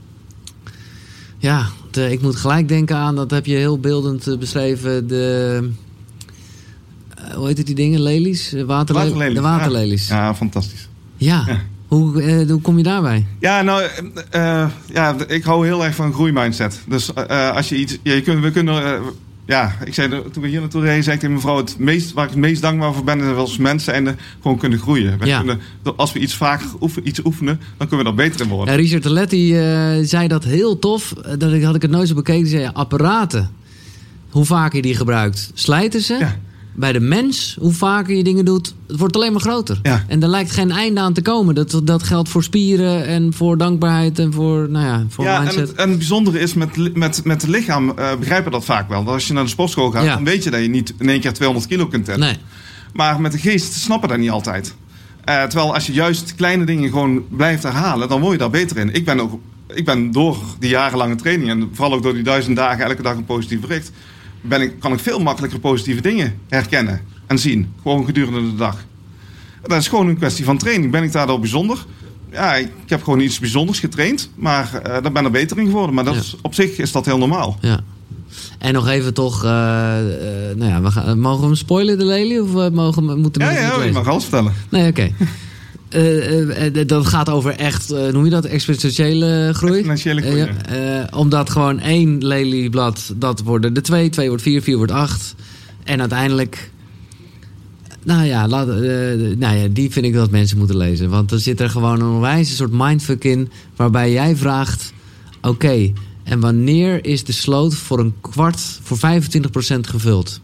Ja, de, ik moet gelijk denken aan, dat heb je heel beeldend uh, beschreven, de... Uh, hoe heet het die dingen? Lelies? Waterle- waterlelies. De waterlelies. Ja, ja fantastisch. Ja, ja. Hoe, uh, hoe kom je daarbij? Ja, nou, uh, ja, ik hou heel erg van groeimindset. Dus uh, als je iets... Ja, je kunt, we kunnen... Uh, Ja, ik zei, toen we hier naartoe reden, zei ik tegen mevrouw... Het meest, waar ik het meest dankbaar voor ben... is dat als mensen en gewoon kunnen groeien. We ja. kunnen, als we iets vaker oefen, iets oefenen... dan kunnen we daar beter in worden. Ja, Richard Terletti uh, zei dat heel tof. Dat had ik het nooit zo bekeken. Die zei, ja, apparaten, hoe vaker je die gebruikt, slijten ze. Ja. Bij de mens, hoe vaker je dingen doet... het wordt alleen maar groter. Ja. En er lijkt geen einde aan te komen. Dat, dat geldt voor spieren en voor dankbaarheid... en voor, nou ja, voor ja, mindset. En het, en het bijzondere is, met, met, met het lichaam uh, begrijpen we dat vaak wel. Dat als je naar de sportschool gaat, ja. dan weet je dat je niet in één keer tweehonderd kilo kunt tellen. Nee. Maar met de geest snappen dat niet altijd. Uh, terwijl als je juist kleine dingen gewoon blijft herhalen... dan word je daar beter in. Ik ben, ook, ik ben door die jarenlange training... en vooral ook door die duizend dagen elke dag een positief bericht... Ben ik, kan ik veel makkelijker positieve dingen herkennen en zien. Gewoon gedurende de dag. Dat is gewoon een kwestie van training. Ben ik daardoor bijzonder? Ja, ik heb gewoon iets bijzonders getraind. Maar uh, daar ben ik beter in geworden. Maar dat ja. is, op zich is dat heel normaal. Ja. En nog even toch... Uh, uh, nou ja, we gaan, mogen we hem spoilen, de Lely? Of uh, mogen we, moeten we ja, ja, je mag alles vertellen. Nee, oké. Okay. Uh, uh, dat gaat over echt, uh, noem je dat, exponentiële groei? Exponentiële groei, uh, uh, Omdat gewoon één lelieblad, dat worden de twee, twee wordt vier, vier wordt acht. En uiteindelijk, nou ja, laat, uh, nou ja, die vind ik dat mensen moeten lezen. Want er zit er gewoon een onwijs een soort mindfuck in, waarbij jij vraagt, oké, okay, en wanneer is de sloot voor een kwart, voor vijfentwintig procent gevuld?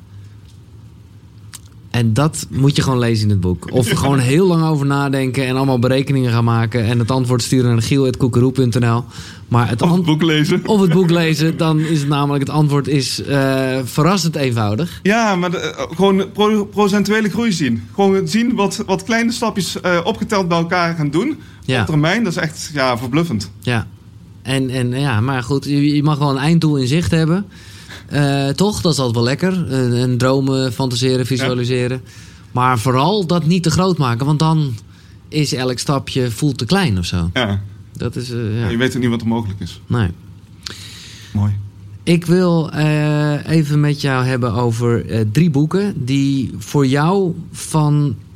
En dat moet je gewoon lezen in het boek. Of er gewoon heel lang over nadenken en allemaal berekeningen gaan maken... en het antwoord sturen naar giel apenstaartje koekeroe punt n l. Maar het of het ant- boek lezen. Of het boek lezen, dan is het namelijk... het antwoord is uh, verrassend eenvoudig. Ja, maar de, uh, gewoon pro- procentuele groei zien. Gewoon zien wat, wat kleine stapjes uh, opgeteld bij elkaar gaan doen. Ja. Op termijn, dat is echt ja, verbluffend. Ja, en, en ja, maar goed, je, je mag wel een einddoel in zicht hebben... Uh, toch, dat is altijd wel lekker. Uh, en dromen, fantaseren, visualiseren. Ja. Maar vooral dat niet te groot maken. Want dan is elk stapje voelt te klein of zo. Ja. Dat is, uh, ja. Je weet ook niet wat er mogelijk is. Nee. Mooi. Ik wil uh, even met jou hebben over uh, drie boeken... die voor jou van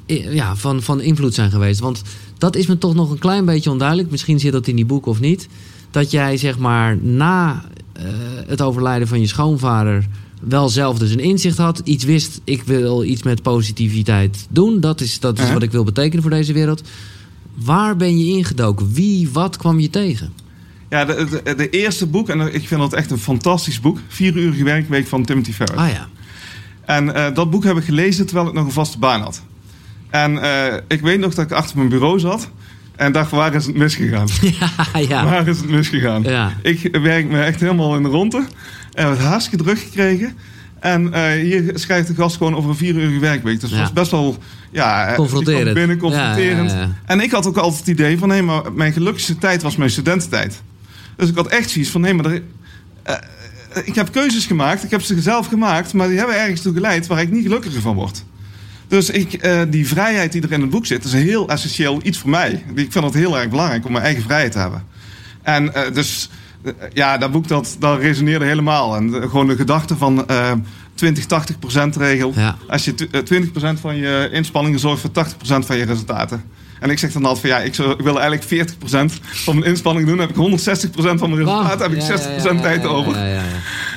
ja, van, van invloed zijn geweest. Want dat is me toch nog een klein beetje onduidelijk. Misschien zit dat in die boek of niet. Dat jij zeg maar na uh, het overlijden van je schoonvader wel zelf dus een inzicht had. Iets wist, ik wil iets met positiviteit doen. Dat is, dat is uh-huh. wat ik wil betekenen voor deze wereld. Waar ben je ingedoken? Wie, wat kwam je tegen? Ja, de, de, de eerste boek, en ik vind dat echt een fantastisch boek. Vieruurige werkweek van Timothy Ferriss. Ah ja. En uh, dat boek heb ik gelezen terwijl ik nog een vaste baan had. En uh, ik weet nog dat ik achter mijn bureau zat en dacht, waar is het misgegaan? Ja, ja. Waar is het misgegaan? Ja. Ik werk me echt helemaal in de ronde en wat hartstikke druk gekregen. En uh, hier schrijft de gast gewoon over een vieruurige werkweek. Dus het ja. was best wel ja, confronterend. Binnen, confronterend. Ja, ja, ja. En ik had ook altijd het idee van, hé, maar mijn gelukkigste tijd was mijn studententijd. Dus ik had echt zoiets van, hé, maar er, uh, ik heb keuzes gemaakt, ik heb ze zelf gemaakt, maar die hebben ergens toe geleid waar ik niet gelukkiger van word. Dus ik, uh, die vrijheid die er in het boek zit, is een heel essentieel iets voor mij. Ik vind het heel erg belangrijk om mijn eigen vrijheid te hebben. En uh, dus, uh, ja, dat boek dat, dat resoneerde helemaal. En uh, gewoon de gedachte van uh, twintig tachtig procent regel. Ja. Als je t- uh, twintig procent van je inspanningen zorgt voor tachtig procent van je resultaten. En ik zeg dan altijd van ja, ik, zou, ik wil eigenlijk veertig procent van mijn inspanning doen. Dan heb ik honderdzestig procent van mijn resultaten. Dan heb ik zestig procent ja, ja, ja, tijd over. Ja, ja, ja.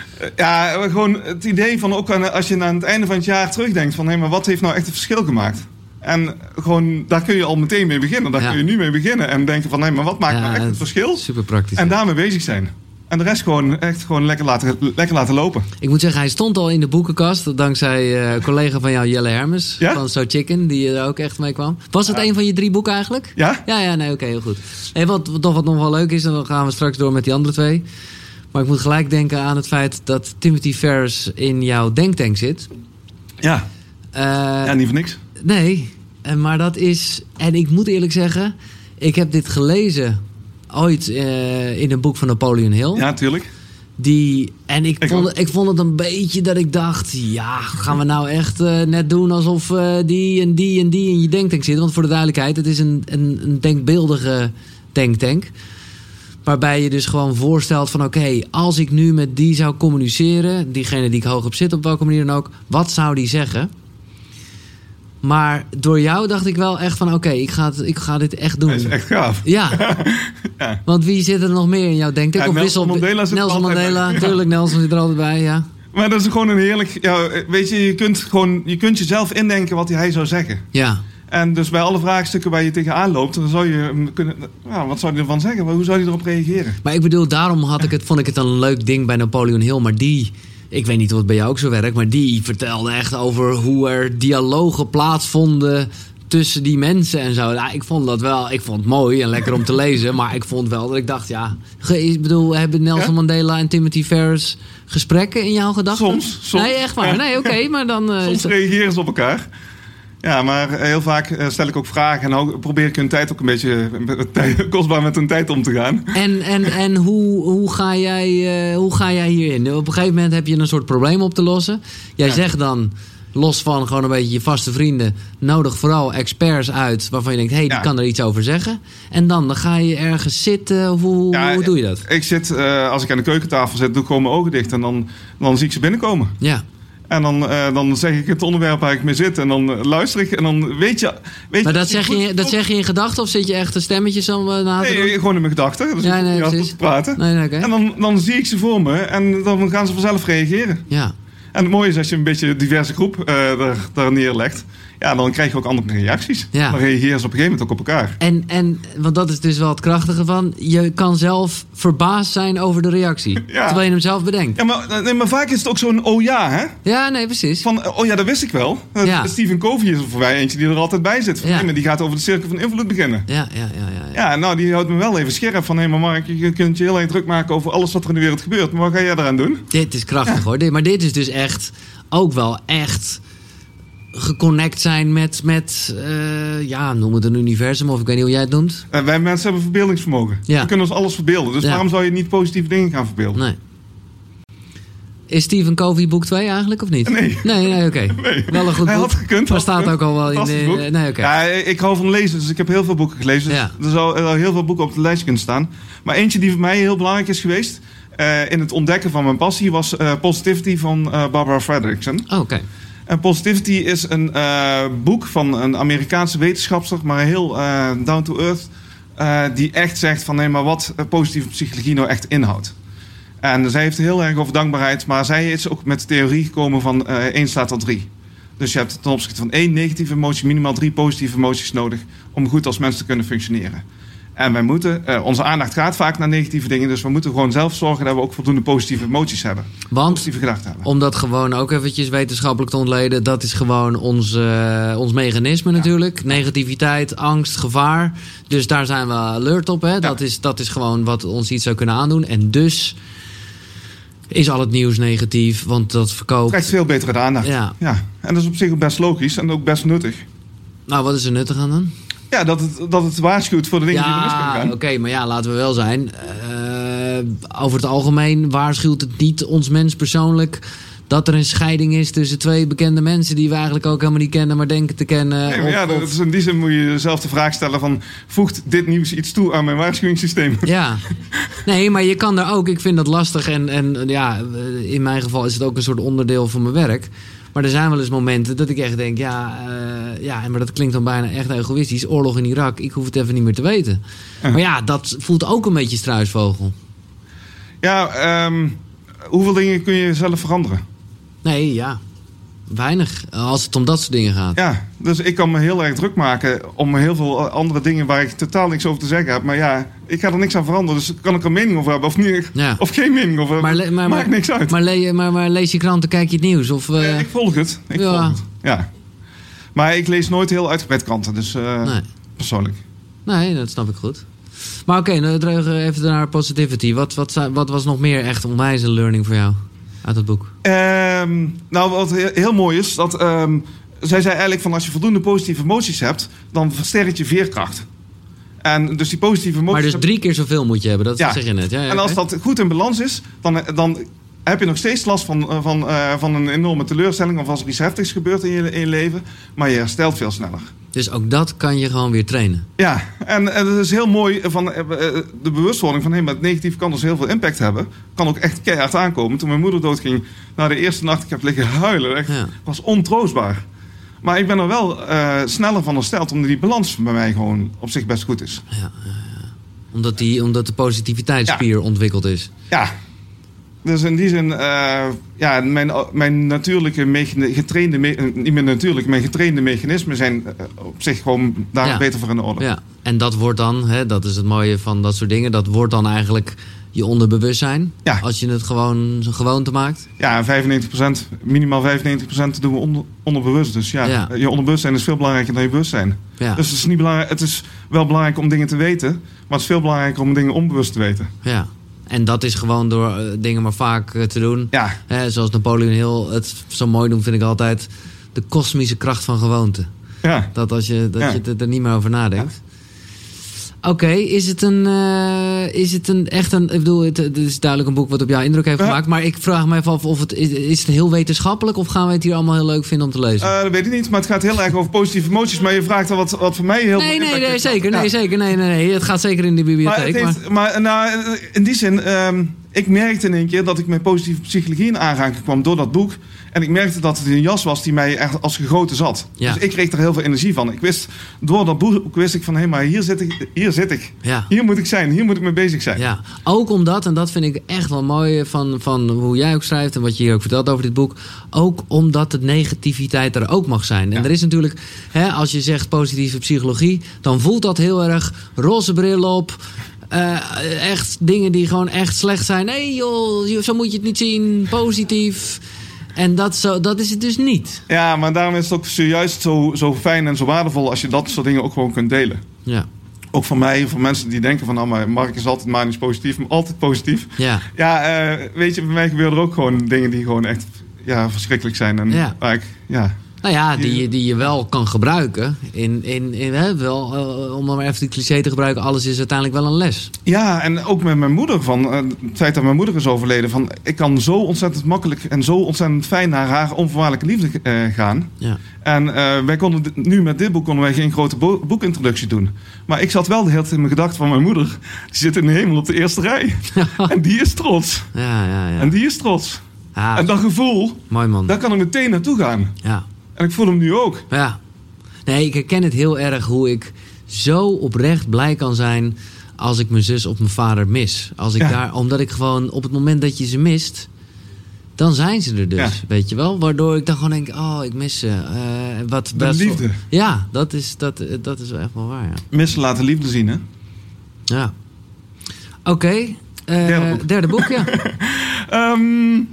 Ja, gewoon het idee van ook als je aan het einde van het jaar terugdenkt van hé, maar wat heeft nou echt een verschil gemaakt? En gewoon, daar kun je al meteen mee beginnen. Daar ja. kun je nu mee beginnen en denken van hé, maar wat maakt ja, nou echt het verschil? Super praktisch. En daarmee bezig zijn. En de rest gewoon echt gewoon lekker laten, lekker laten lopen. Ik moet zeggen, hij stond al in de boekenkast. Dankzij een uh, collega van jou, Jelle Hermes. Ja? Van So Chicken, die er ook echt mee kwam. Was het ja. een van je drie boeken eigenlijk? Ja. Ja, ja, nee, oké, okay, heel goed. Hey, wat, wat, wat nog wel leuk is, en dan gaan we straks door met die andere twee. Maar ik moet gelijk denken aan het feit dat Timothy Ferriss in jouw denktank zit. Ja, uh, ja niet voor niks. Nee, maar dat is... En ik moet eerlijk zeggen, ik heb dit gelezen ooit uh, in een boek van Napoleon Hill. Ja, tuurlijk. Die, en ik, ik, vond, ik vond het een beetje dat ik dacht... ja, gaan we nou echt uh, net doen alsof uh, die en die en die in je denktank zitten? Want voor de duidelijkheid, het is een, een, een denkbeeldige denktank. Waarbij je dus gewoon voorstelt van oké, okay, als ik nu met die zou communiceren... diegene die ik hoog op zit, op welke manier dan ook... wat zou die zeggen? Maar door jou dacht ik wel echt van oké, okay, ik, ga ik ga dit echt doen. Dat is echt gaaf. Ja, ja. Want wie zit er nog meer in jouw denktank? Ja, of Nelson wissel, Mandela zit Nelson Mandela, natuurlijk, ja. Nelson zit er altijd bij, ja. Maar dat is gewoon een heerlijk... Ja, weet je, je kunt, gewoon, je kunt jezelf indenken wat hij zou zeggen. Ja. En dus bij alle vraagstukken waar je tegenaan loopt, dan zou je kunnen. Nou, wat zou hij ervan zeggen? Hoe zou hij erop reageren? Maar ik bedoel, daarom had ik het, vond ik het een leuk ding bij Napoleon Hill. Maar die, ik weet niet of het bij jou ook zo werkt, maar die vertelde echt over hoe er dialogen plaatsvonden tussen die mensen en zo. Nou, ik vond dat wel, ik vond het mooi en lekker om te lezen. Maar ik vond wel dat ik dacht, ja, ik bedoel, hebben Nelson ja? Mandela en Timothy Ferriss gesprekken in jouw gedachten? Soms, soms. Nee, echt waar. Nee, oké, okay, maar dan. Uh, soms dat... reageren ze op elkaar. Ja, maar heel vaak stel ik ook vragen en ook probeer ik hun tijd ook een beetje kostbaar met hun tijd om te gaan. En, en, en hoe, hoe, ga jij, uh, hoe ga jij hierin? Op een gegeven moment heb je een soort probleem op te lossen. Jij ja. zegt dan, los van gewoon een beetje je vaste vrienden, nodig vooral experts uit waarvan je denkt, hé, hey, die ja. kan er iets over zeggen. En dan, dan ga je ergens zitten. Hoe, ja, hoe doe je dat? Ik zit, uh, als ik aan de keukentafel zit, doe ik gewoon mijn ogen dicht en dan, dan zie ik ze binnenkomen. Ja. En dan, uh, dan zeg ik het onderwerp waar ik mee zit. En dan uh, luister ik. En dan weet je... Weet maar je, dat, zeg je, goed, dat zeg je in gedachten? Of zit je echt een stemmetje zo uh, na te nee, doen? gewoon in mijn gedachten. Dus ja, nee, ik precies. te praten. Nee, nee, okay. En dan, dan zie ik ze voor me. En dan gaan ze vanzelf reageren. Ja. En het mooie is als je een beetje een diverse groep uh, daar, daar neerlegt. Ja, dan krijg je ook andere reacties. Ja. Dan reageren ze op een gegeven moment ook op elkaar. En, en, want dat is dus wel het krachtige van... je kan zelf verbaasd zijn over de reactie. Ja. Terwijl je hem zelf bedenkt. Ja, maar, nee, maar vaak is het ook zo'n oh ja, hè? Ja, nee, precies. Van, oh ja, dat wist ik wel. Ja. Stephen Covey is er voor mij eentje die er altijd bij zit. Van, ja. Nee, maar die gaat over de cirkel van invloed beginnen. Ja, ja, ja. Ja, ja. ja nou, die houdt me wel even scherp van... hé, maar Mark, je kunt je heel erg druk maken over alles wat er in de wereld gebeurt. Maar wat ga jij eraan doen? Dit is krachtig, ja. hoor. Dit, maar dit is dus echt... ook wel echt... geconnect zijn met, met uh, ja, noem het een universum, of ik weet niet hoe jij het noemt. Uh, wij mensen hebben verbeeldingsvermogen. Ja. We kunnen ons alles verbeelden. Dus ja. waarom zou je niet positieve dingen gaan verbeelden? Nee. Is Stephen Covey boek twee eigenlijk, of niet? Nee. Nee, nee, oké. Okay. Nee. Wel een goed boek. Hij had gekund. Maar staat ook al wel in de... Boek. Nee, oké. Okay. Ja, ik hou van lezen, dus ik heb heel veel boeken gelezen. Dus ja. Er zou heel veel boeken op de lijst kunnen staan. Maar eentje die voor mij heel belangrijk is geweest... Uh, in het ontdekken van mijn passie... was uh, Positivity van uh, Barbara Fredrickson. Oh, oké. Okay. En Positivity is een uh, boek van een Amerikaanse wetenschapster, maar heel uh, down to earth, uh, die echt zegt van nee, maar wat positieve psychologie nou echt inhoudt. En zij heeft heel erg over dankbaarheid, maar zij is ook met de theorie gekomen van uh, één staat tot drie. Dus je hebt ten opzichte van één negatieve emotie minimaal drie positieve emoties nodig om goed als mens te kunnen functioneren. En wij moeten, uh, onze aandacht gaat vaak naar negatieve dingen, dus we moeten gewoon zelf zorgen dat we ook voldoende positieve emoties hebben. Want, positieve gedachten hebben. Om dat gewoon ook eventjes wetenschappelijk te ontleden, dat is gewoon ons, uh, ons mechanisme ja. natuurlijk. Negativiteit, angst, gevaar. Dus daar zijn we alert op. Hè? Ja. Dat, is, dat is gewoon wat ons iets zou kunnen aandoen. En dus is al het nieuws negatief, want dat verkoopt. Krijgt veel betere de aandacht. Ja. ja. En dat is op zich ook best logisch en ook best nuttig. Nou, wat is er nuttig aan dan? Ja, dat het, dat het waarschuwt voor de dingen ja, die er mis kunnen gaan. Ja, oké, okay, maar ja, laten we wel zijn. Uh, over het algemeen waarschuwt het niet ons mens persoonlijk dat er een scheiding is tussen twee bekende mensen die we eigenlijk ook helemaal niet kennen, maar denken te kennen. Nee, maar of, ja, dat is in die zin moet je jezelf de vraag stellen van, voegt dit nieuws iets toe aan mijn waarschuwingssysteem? Ja, nee, maar je kan er ook, ik vind dat lastig en, en ja, in mijn geval is het ook een soort onderdeel van mijn werk. Maar er zijn wel eens momenten dat ik echt denk, ja, uh, ja, maar dat klinkt dan bijna echt egoïstisch. Oorlog in Irak, ik hoef het even niet meer te weten. Uh. Maar ja, dat voelt ook een beetje struisvogel. Ja, um, hoeveel dingen kun je zelf veranderen? Nee, ja, weinig. Als het om dat soort dingen gaat. Ja, dus ik kan me heel erg druk maken om heel veel andere dingen waar ik totaal niks over te zeggen heb. Maar ja, ik ga er niks aan veranderen. Dus kan ik er een mening over hebben of, niet, ja. of geen mening over hebben. Maar, maar, maakt niks uit. Maar, le- maar, maar lees je kranten, kijk je het nieuws? Of, uh... ja, ik volg het. Ik ja. volg het. Ja. Maar ik lees nooit heel uitgebreid kranten. Dus uh, nee. persoonlijk. Nee, dat snap ik goed. Maar oké, okay, terug even naar Positivity. Wat, wat, wat was nog meer echt onwijze learning voor jou uit het boek? Um, nou, wat heel, heel mooi is, dat um, zij zei eigenlijk van als je voldoende positieve emoties hebt, dan versterkt je veerkracht. En dus die positieve emoties. Maar dus drie keer zoveel moet je hebben, dat ja. zeg je net. Ja, ja, en als okay. dat goed in balans is, dan, dan heb je nog steeds last van, van, uh, van een enorme teleurstelling of als er iets heftigs gebeurt in je, in je leven, maar je herstelt veel sneller. Dus ook dat kan je gewoon weer trainen. Ja, en, en het is heel mooi van uh, de bewustwording van hey, maar het negatief kan dus heel veel impact hebben. Kan ook echt keihard aankomen. Toen mijn moeder doodging, na de eerste nacht, ik heb liggen huilen. Echt, ja. was ontroostbaar. Maar ik ben er wel uh, sneller van hersteld, omdat die balans bij mij gewoon op zich best goed is. Ja, ja, ja. Omdat, die, omdat de positiviteitsspier ja. ontwikkeld is. Ja. Dus in die zin, uh, ja, mijn, mijn natuurlijke, mechani- getrainde, me- niet meer natuurlijk, mijn getrainde mechanismen zijn uh, op zich gewoon daar ja. beter voor in orde. Ja, en dat wordt dan, hè, dat is het mooie van dat soort dingen, dat wordt dan eigenlijk je onderbewustzijn. Ja. Als je het gewoon zo'n gewoonte maakt. Ja, vijfennegentig procent, minimaal vijfennegentig procent doen we onder, onderbewust. Dus ja, ja, je onderbewustzijn is veel belangrijker dan je bewustzijn. Ja. Dus het is, niet belangrijk, het is wel belangrijk om dingen te weten, maar het is veel belangrijker om dingen onbewust te weten. Ja. En dat is gewoon door uh, dingen maar vaak uh, te doen. Ja. Hè, zoals Napoleon Hill het zo mooi noemt, vind ik altijd de kosmische kracht van gewoonte. Ja. Dat als je, dat ja. je er niet meer over nadenkt. Ja. Oké, okay, is het een, uh, is het een echt een, ik bedoel, het, het is duidelijk een boek wat op jou indruk heeft ja. gemaakt, maar ik vraag me even af of het, is, is het heel wetenschappelijk of gaan we het hier allemaal heel leuk vinden om te lezen? Uh, dat weet ik niet, maar het gaat heel erg over positieve emoties, maar je vraagt al wat, wat voor mij heel nee, nee, nee, zeker, nee, ja. zeker, nee, nee, nee, het gaat zeker in de bibliotheek. Maar, heeft, maar. maar nou, in die zin, um, ik merkte in één keer dat ik met positieve psychologie in aanraking kwam door dat boek. En ik merkte dat het een jas was die mij echt als gegoten zat. Ja. Dus ik kreeg er heel veel energie van. Ik wist, door dat boek wist ik van, hé, hey, maar hier zit ik. Hier zit ik. Ja. Hier moet ik zijn. Hier moet ik mee bezig zijn. Ja. Ook omdat, en dat vind ik echt wel mooi van, van hoe jij ook schrijft en wat je hier ook vertelt over dit boek. Ook omdat de negativiteit er ook mag zijn. En ja. er is natuurlijk, hè, als je zegt positieve psychologie, dan voelt dat heel erg roze bril op. Uh, echt dingen die gewoon echt slecht zijn. Nee joh, zo moet je het niet zien. Positief. En dat, zo, dat is het dus niet. Ja, maar daarom is het ook juist zo, zo fijn en zo waardevol als je dat soort dingen ook gewoon kunt delen. Ja. Ook voor mij, voor mensen die denken van, nou, maar Mark is altijd manisch positief, maar altijd positief. Ja. Ja, uh, weet je, bij mij gebeuren er ook gewoon dingen die gewoon echt ja, verschrikkelijk zijn. En ja. waar ik, ja... Nou ja, die, die je wel kan gebruiken. In, in, in, hè, wel, uh, om dan maar even die cliché te gebruiken, alles is uiteindelijk wel een les. Ja, en ook met mijn moeder. Van, uh, het feit dat mijn moeder is overleden. Van, ik kan zo ontzettend makkelijk en zo ontzettend fijn naar haar onvoorwaardelijke liefde uh, gaan. Ja. En uh, wij konden nu met dit boek konden wij geen grote bo- boekintroductie doen. Maar ik zat wel de hele tijd in mijn gedachten van mijn moeder. Die zit in de hemel op de eerste rij. En die is trots. Ja, ja, ja. En die is trots. Ja, en dat gevoel, mooi man. daar kan ik meteen naartoe gaan. Ja. En ik voel hem nu ook. Ja. Nee, ik herken het heel erg hoe ik zo oprecht blij kan zijn als ik mijn zus of mijn vader mis. Als ik Ja. daar, omdat ik gewoon op het moment dat je ze mist, dan zijn ze er dus, Ja. weet je wel. Waardoor ik dan gewoon denk, oh, ik mis ze. Uh, wat, De best wel- liefde. Ja, dat is, dat, dat is wel echt wel waar, ja. Missen laten liefde zien, hè? Ja. Oké, okay, uh, Derde boek. derde boek, ja. um,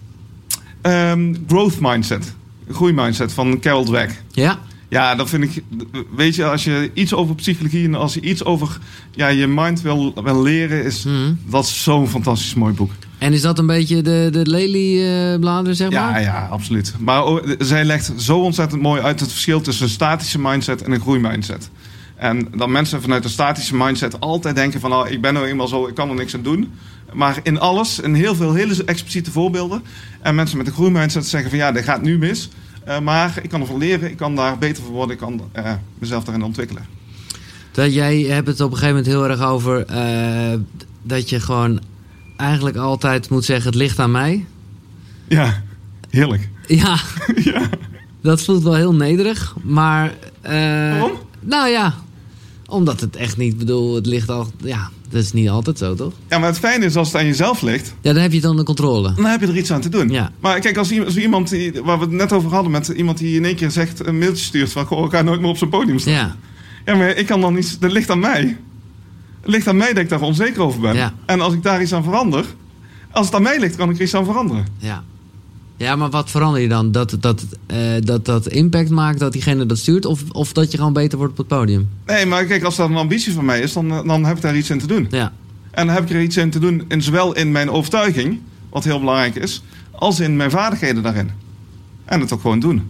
um, growth mindset. Groeimindset van Carol Dweck. Ja. Ja, dat vind ik... Weet je, als je iets over psychologie en als je iets over ja, je mind wil, wil leren, is Mm. dat is zo'n fantastisch mooi boek. En is dat een beetje de, de leliebladeren, zeg maar? Ja, ja, absoluut. Maar oh, zij legt zo ontzettend mooi uit het verschil tussen een statische mindset en een groeimindset. En dat mensen vanuit een statische mindset altijd denken van, oh, ik ben nou eenmaal zo, ik kan er niks aan doen. Maar in alles, in heel veel hele expliciete voorbeelden. En mensen met een groeimindset zeggen van, ja, dit gaat nu mis. Uh, maar ik kan ervan leren, ik kan daar beter voor worden, ik kan uh, mezelf daarin ontwikkelen. Dat jij hebt het op een gegeven moment heel erg over uh, dat je gewoon eigenlijk altijd moet zeggen, het ligt aan mij. Ja, heerlijk. Ja, ja. Dat voelt wel heel nederig, maar... Uh, Waarom? Nou ja, omdat het echt niet, bedoel, het ligt al... Ja, dat is niet altijd zo, toch? Ja, maar het fijne is als het aan jezelf ligt... Ja, dan heb je het onder controle. Dan heb je er iets aan te doen. Ja. Maar kijk, als iemand, als iemand die, waar we het net over hadden... met iemand die in één keer zegt, een mailtje stuurt... van, goh, ik ga nooit meer op zo'n podium staan. Ja. Ja, maar ik kan dan niet... Dat ligt aan mij. Het ligt aan mij dat ik daar onzeker over ben. Ja. En als ik daar iets aan verander... Als het aan mij ligt, kan ik er iets aan veranderen. Ja. Ja, maar wat verander je dan? Dat dat, uh, dat dat impact maakt, dat diegene dat stuurt? Of, of dat je gewoon beter wordt op het podium? Nee, maar kijk, als dat een ambitie van mij is... dan, dan heb ik daar iets in te doen. Ja. En dan heb ik er iets in te doen... In, zowel in mijn overtuiging, wat heel belangrijk is... als in mijn vaardigheden daarin. En het ook gewoon doen.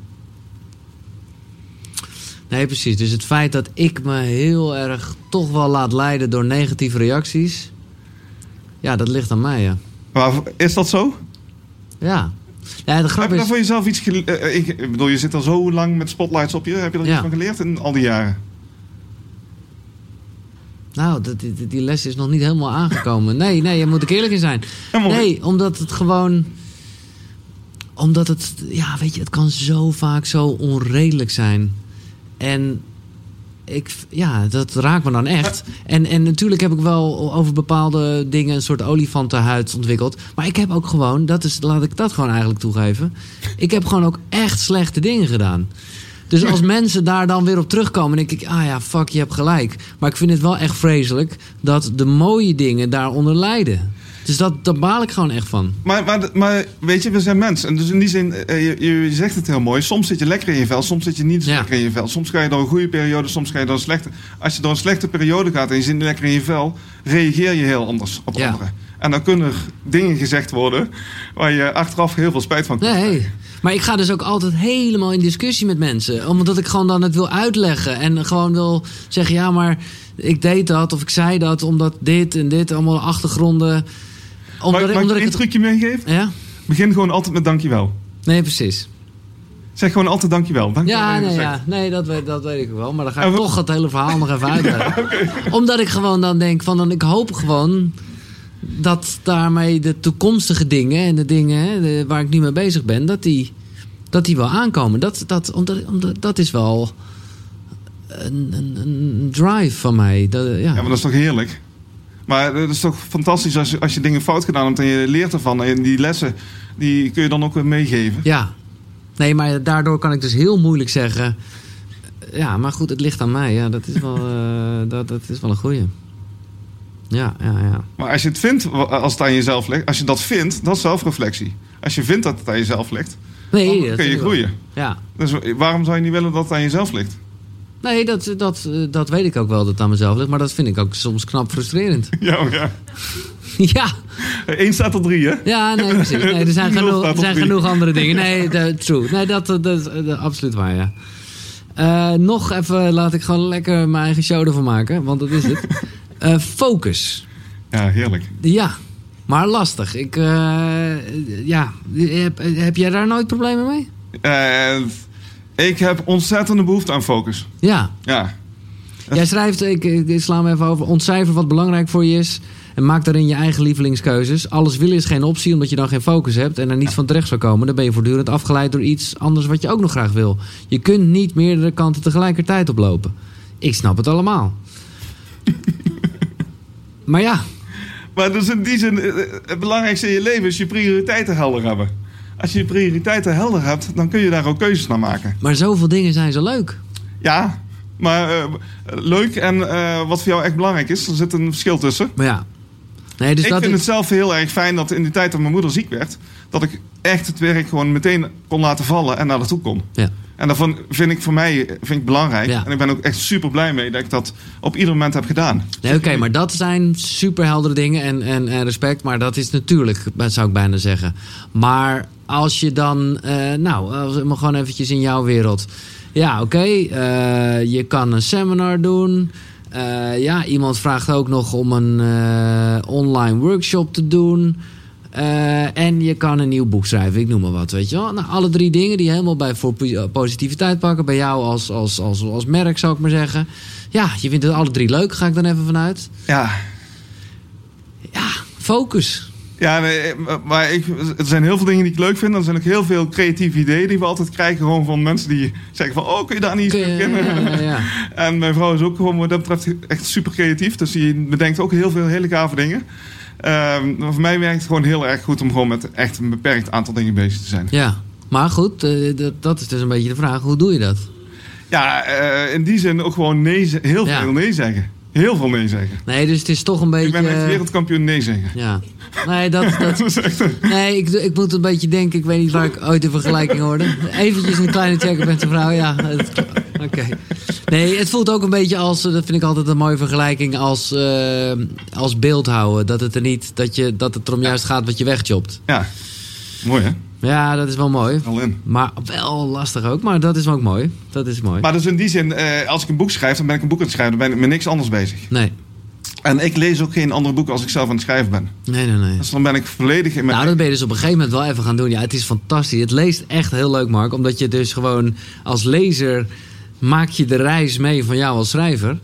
Nee, precies. Dus het feit dat ik me heel erg toch wel laat leiden door negatieve reacties... Ja, dat ligt aan mij, ja. Maar is dat zo? Ja. Ja, de grap heb je is... daar voor jezelf iets geleerd? Uh, ik, ik bedoel, je zit al zo lang met spotlights op je. Heb je er ja. iets van geleerd in al die jaren? Nou, dat, die, die les is nog niet helemaal aangekomen. Nee, nee, daar moet ik eerlijk in zijn. Ja, nee, omdat het gewoon... Omdat het... Ja, weet je, het kan zo vaak zo onredelijk zijn. En... Ik, ja, dat raakt me dan echt. En, en natuurlijk heb ik wel over bepaalde dingen een soort olifantenhuid ontwikkeld. Maar ik heb ook gewoon, dat is, laat ik dat gewoon eigenlijk toegeven. Ik heb gewoon ook echt slechte dingen gedaan. Dus als mensen daar dan weer op terugkomen, denk ik, ah ja, fuck, je hebt gelijk. Maar ik vind het wel echt vreselijk dat de mooie dingen daaronder lijden. Dus dat, daar baal ik gewoon echt van. Maar, maar, maar weet je, we zijn mensen. En dus in die zin, je, je zegt het heel mooi. Soms zit je lekker in je vel, soms zit je niet zo ja. lekker in je vel. Soms ga je door een goede periode, soms ga je door een slechte. Als je door een slechte periode gaat en je zit niet lekker in je vel, reageer je heel anders op ja. anderen. En dan kunnen er dingen gezegd worden waar je achteraf heel veel spijt van krijgt. Nee, maar ik ga dus ook altijd helemaal in discussie met mensen. Omdat ik gewoon dan het wil uitleggen. En gewoon wil zeggen, ja, maar ik deed dat of ik zei dat omdat dit en dit, allemaal achtergronden. Omdat, mag, ik, mag omdat ik ik een het... trucje meegeven? Ja? Begin gewoon altijd met dankjewel. Nee, precies. Zeg gewoon altijd dankjewel. dankjewel ja, nee, ja, nee dat, weet, dat weet ik wel. Maar dan ga ik we... toch het hele verhaal nog even uitleggen. Ja, okay. Omdat ik gewoon dan denk van, dan, ik hoop gewoon dat daarmee de toekomstige dingen en de dingen hè, de, waar ik nu mee bezig ben, dat die, dat die wel aankomen. Dat, dat, omdat, omdat, dat is wel een, een, een drive van mij. Dat, ja. ja, maar dat is toch heerlijk? Maar het is toch fantastisch als je, als je dingen fout gedaan hebt en je leert ervan. En die lessen, die kun je dan ook weer meegeven. Ja. Nee, maar daardoor kan ik dus heel moeilijk zeggen... Ja, maar goed, het ligt aan mij. Ja, dat is wel, uh, dat, dat is wel een goeie. Ja, ja, ja. Maar als je het vindt, als het aan jezelf ligt... Als je dat vindt, dat is zelfreflectie. Als je vindt dat het aan jezelf ligt, nee, dan dat kun je groeien. Ja. Dus waarom zou je niet willen dat het aan jezelf ligt? Nee, dat, dat, dat weet ik ook wel dat het aan mezelf ligt. Maar dat vind ik ook soms knap frustrerend. Ja, ja. Ja. Eén staat op drie, hè? Ja, nee, precies. Nee, er zijn, genoeg, er zijn genoeg andere dingen. Nee, dat, true. Nee, dat, dat, dat, dat is absoluut waar, ja. Uh, nog even, laat ik gewoon lekker mijn eigen show ervan maken. Want dat is het. Uh, focus. Ja, heerlijk. Ja, maar lastig. Ik, uh, ja, heb, heb jij daar nooit problemen mee? Uh, ik heb ontzettende behoefte aan focus. Ja. Ja. Jij schrijft, ik, ik sla me even over, ontcijfer wat belangrijk voor je is. En maak daarin je eigen lievelingskeuzes. Alles willen is geen optie, omdat je dan geen focus hebt en er niet van terecht zou komen. Dan ben je voortdurend afgeleid door iets anders wat je ook nog graag wil. Je kunt niet meerdere kanten tegelijkertijd oplopen. Ik snap het allemaal. Maar ja. Maar dus in die zin, het belangrijkste in je leven is je prioriteiten helder hebben. Als je je prioriteiten helder hebt, dan kun je daar ook keuzes naar maken. Maar zoveel dingen zijn zo leuk. Ja, maar uh, leuk en uh, wat voor jou echt belangrijk is, er zit een verschil tussen. Maar ja. Nee, dus ik dat vind ik... het zelf heel erg fijn dat in de tijd dat mijn moeder ziek werd, dat ik echt het werk gewoon meteen kon laten vallen en naar naartoe kon. Ja. En dat vind ik voor mij vind ik belangrijk. Ja. En ik ben ook echt super blij mee dat ik dat op ieder moment heb gedaan. Nee, Oké, okay, maar dat zijn superheldere dingen en, en, en respect. Maar dat is natuurlijk, zou ik bijna zeggen. Maar als je dan, uh, nou, als, maar gewoon eventjes in jouw wereld. Ja, oké, okay, uh, je kan een seminar doen. Uh, ja, iemand vraagt ook nog om een uh, online workshop te doen. Uh, en je kan een nieuw boek schrijven, ik noem maar wat, weet je wel. Nou, alle drie dingen die helemaal bij voor positiviteit pakken. Bij jou als, als, als, als merk, zou ik maar zeggen. Ja, je vindt het alle drie leuk, ga ik dan even vanuit. Ja. Ja, focus. Ja, nee, maar ik, er zijn heel veel dingen die ik leuk vind. Er zijn ook heel veel creatieve ideeën die we altijd krijgen. Gewoon van mensen die zeggen van, oh, kun je daar niet eens beginnen? Ja, ja, ja. En mijn vrouw is ook gewoon wat dat betreft echt super creatief. Dus die bedenkt ook heel veel hele gave dingen. Um, voor mij werkt het gewoon heel erg goed om gewoon met echt een beperkt aantal dingen bezig te zijn. Ja, maar goed, uh, dat, dat is dus een beetje de vraag. Hoe doe je dat? Ja, uh, in die zin ook gewoon nee, heel veel ja. nee zeggen. Heel veel nee zeggen. Nee, dus het is toch een beetje... Ik ben echt wereldkampioen nee zeggen. Ja. Nee, dat... dat... dat is echt een... Nee, ik, ik moet een beetje denken... Ik weet niet waar ik ooit de vergelijking hoorde. Eventjes een kleine check met zijn vrouw. Ja, oké. Okay. Nee, het voelt ook een beetje als... Dat vind ik altijd een mooie vergelijking als, uh, als beeldhouden. Dat het er niet... Dat, je, dat het erom juist gaat wat je wegchopt. Ja, mooi hè? Ja, dat is wel mooi. Al in. Maar wel lastig ook. Maar dat is ook mooi. Dat is mooi. Maar dus in die zin, uh, als ik een boek schrijf, dan ben ik een boek aan het schrijven. Dan ben ik met niks anders bezig. Nee. En ik lees ook geen andere boeken als ik zelf aan het schrijven ben. Nee, nee, nee. Dus dan ben ik volledig in mijn... Nou, dat ben je dus op een gegeven moment wel even gaan doen. Ja, het is fantastisch. Het leest echt heel leuk, Mark. Omdat je dus gewoon als lezer... maak je de reis mee van jou als schrijver.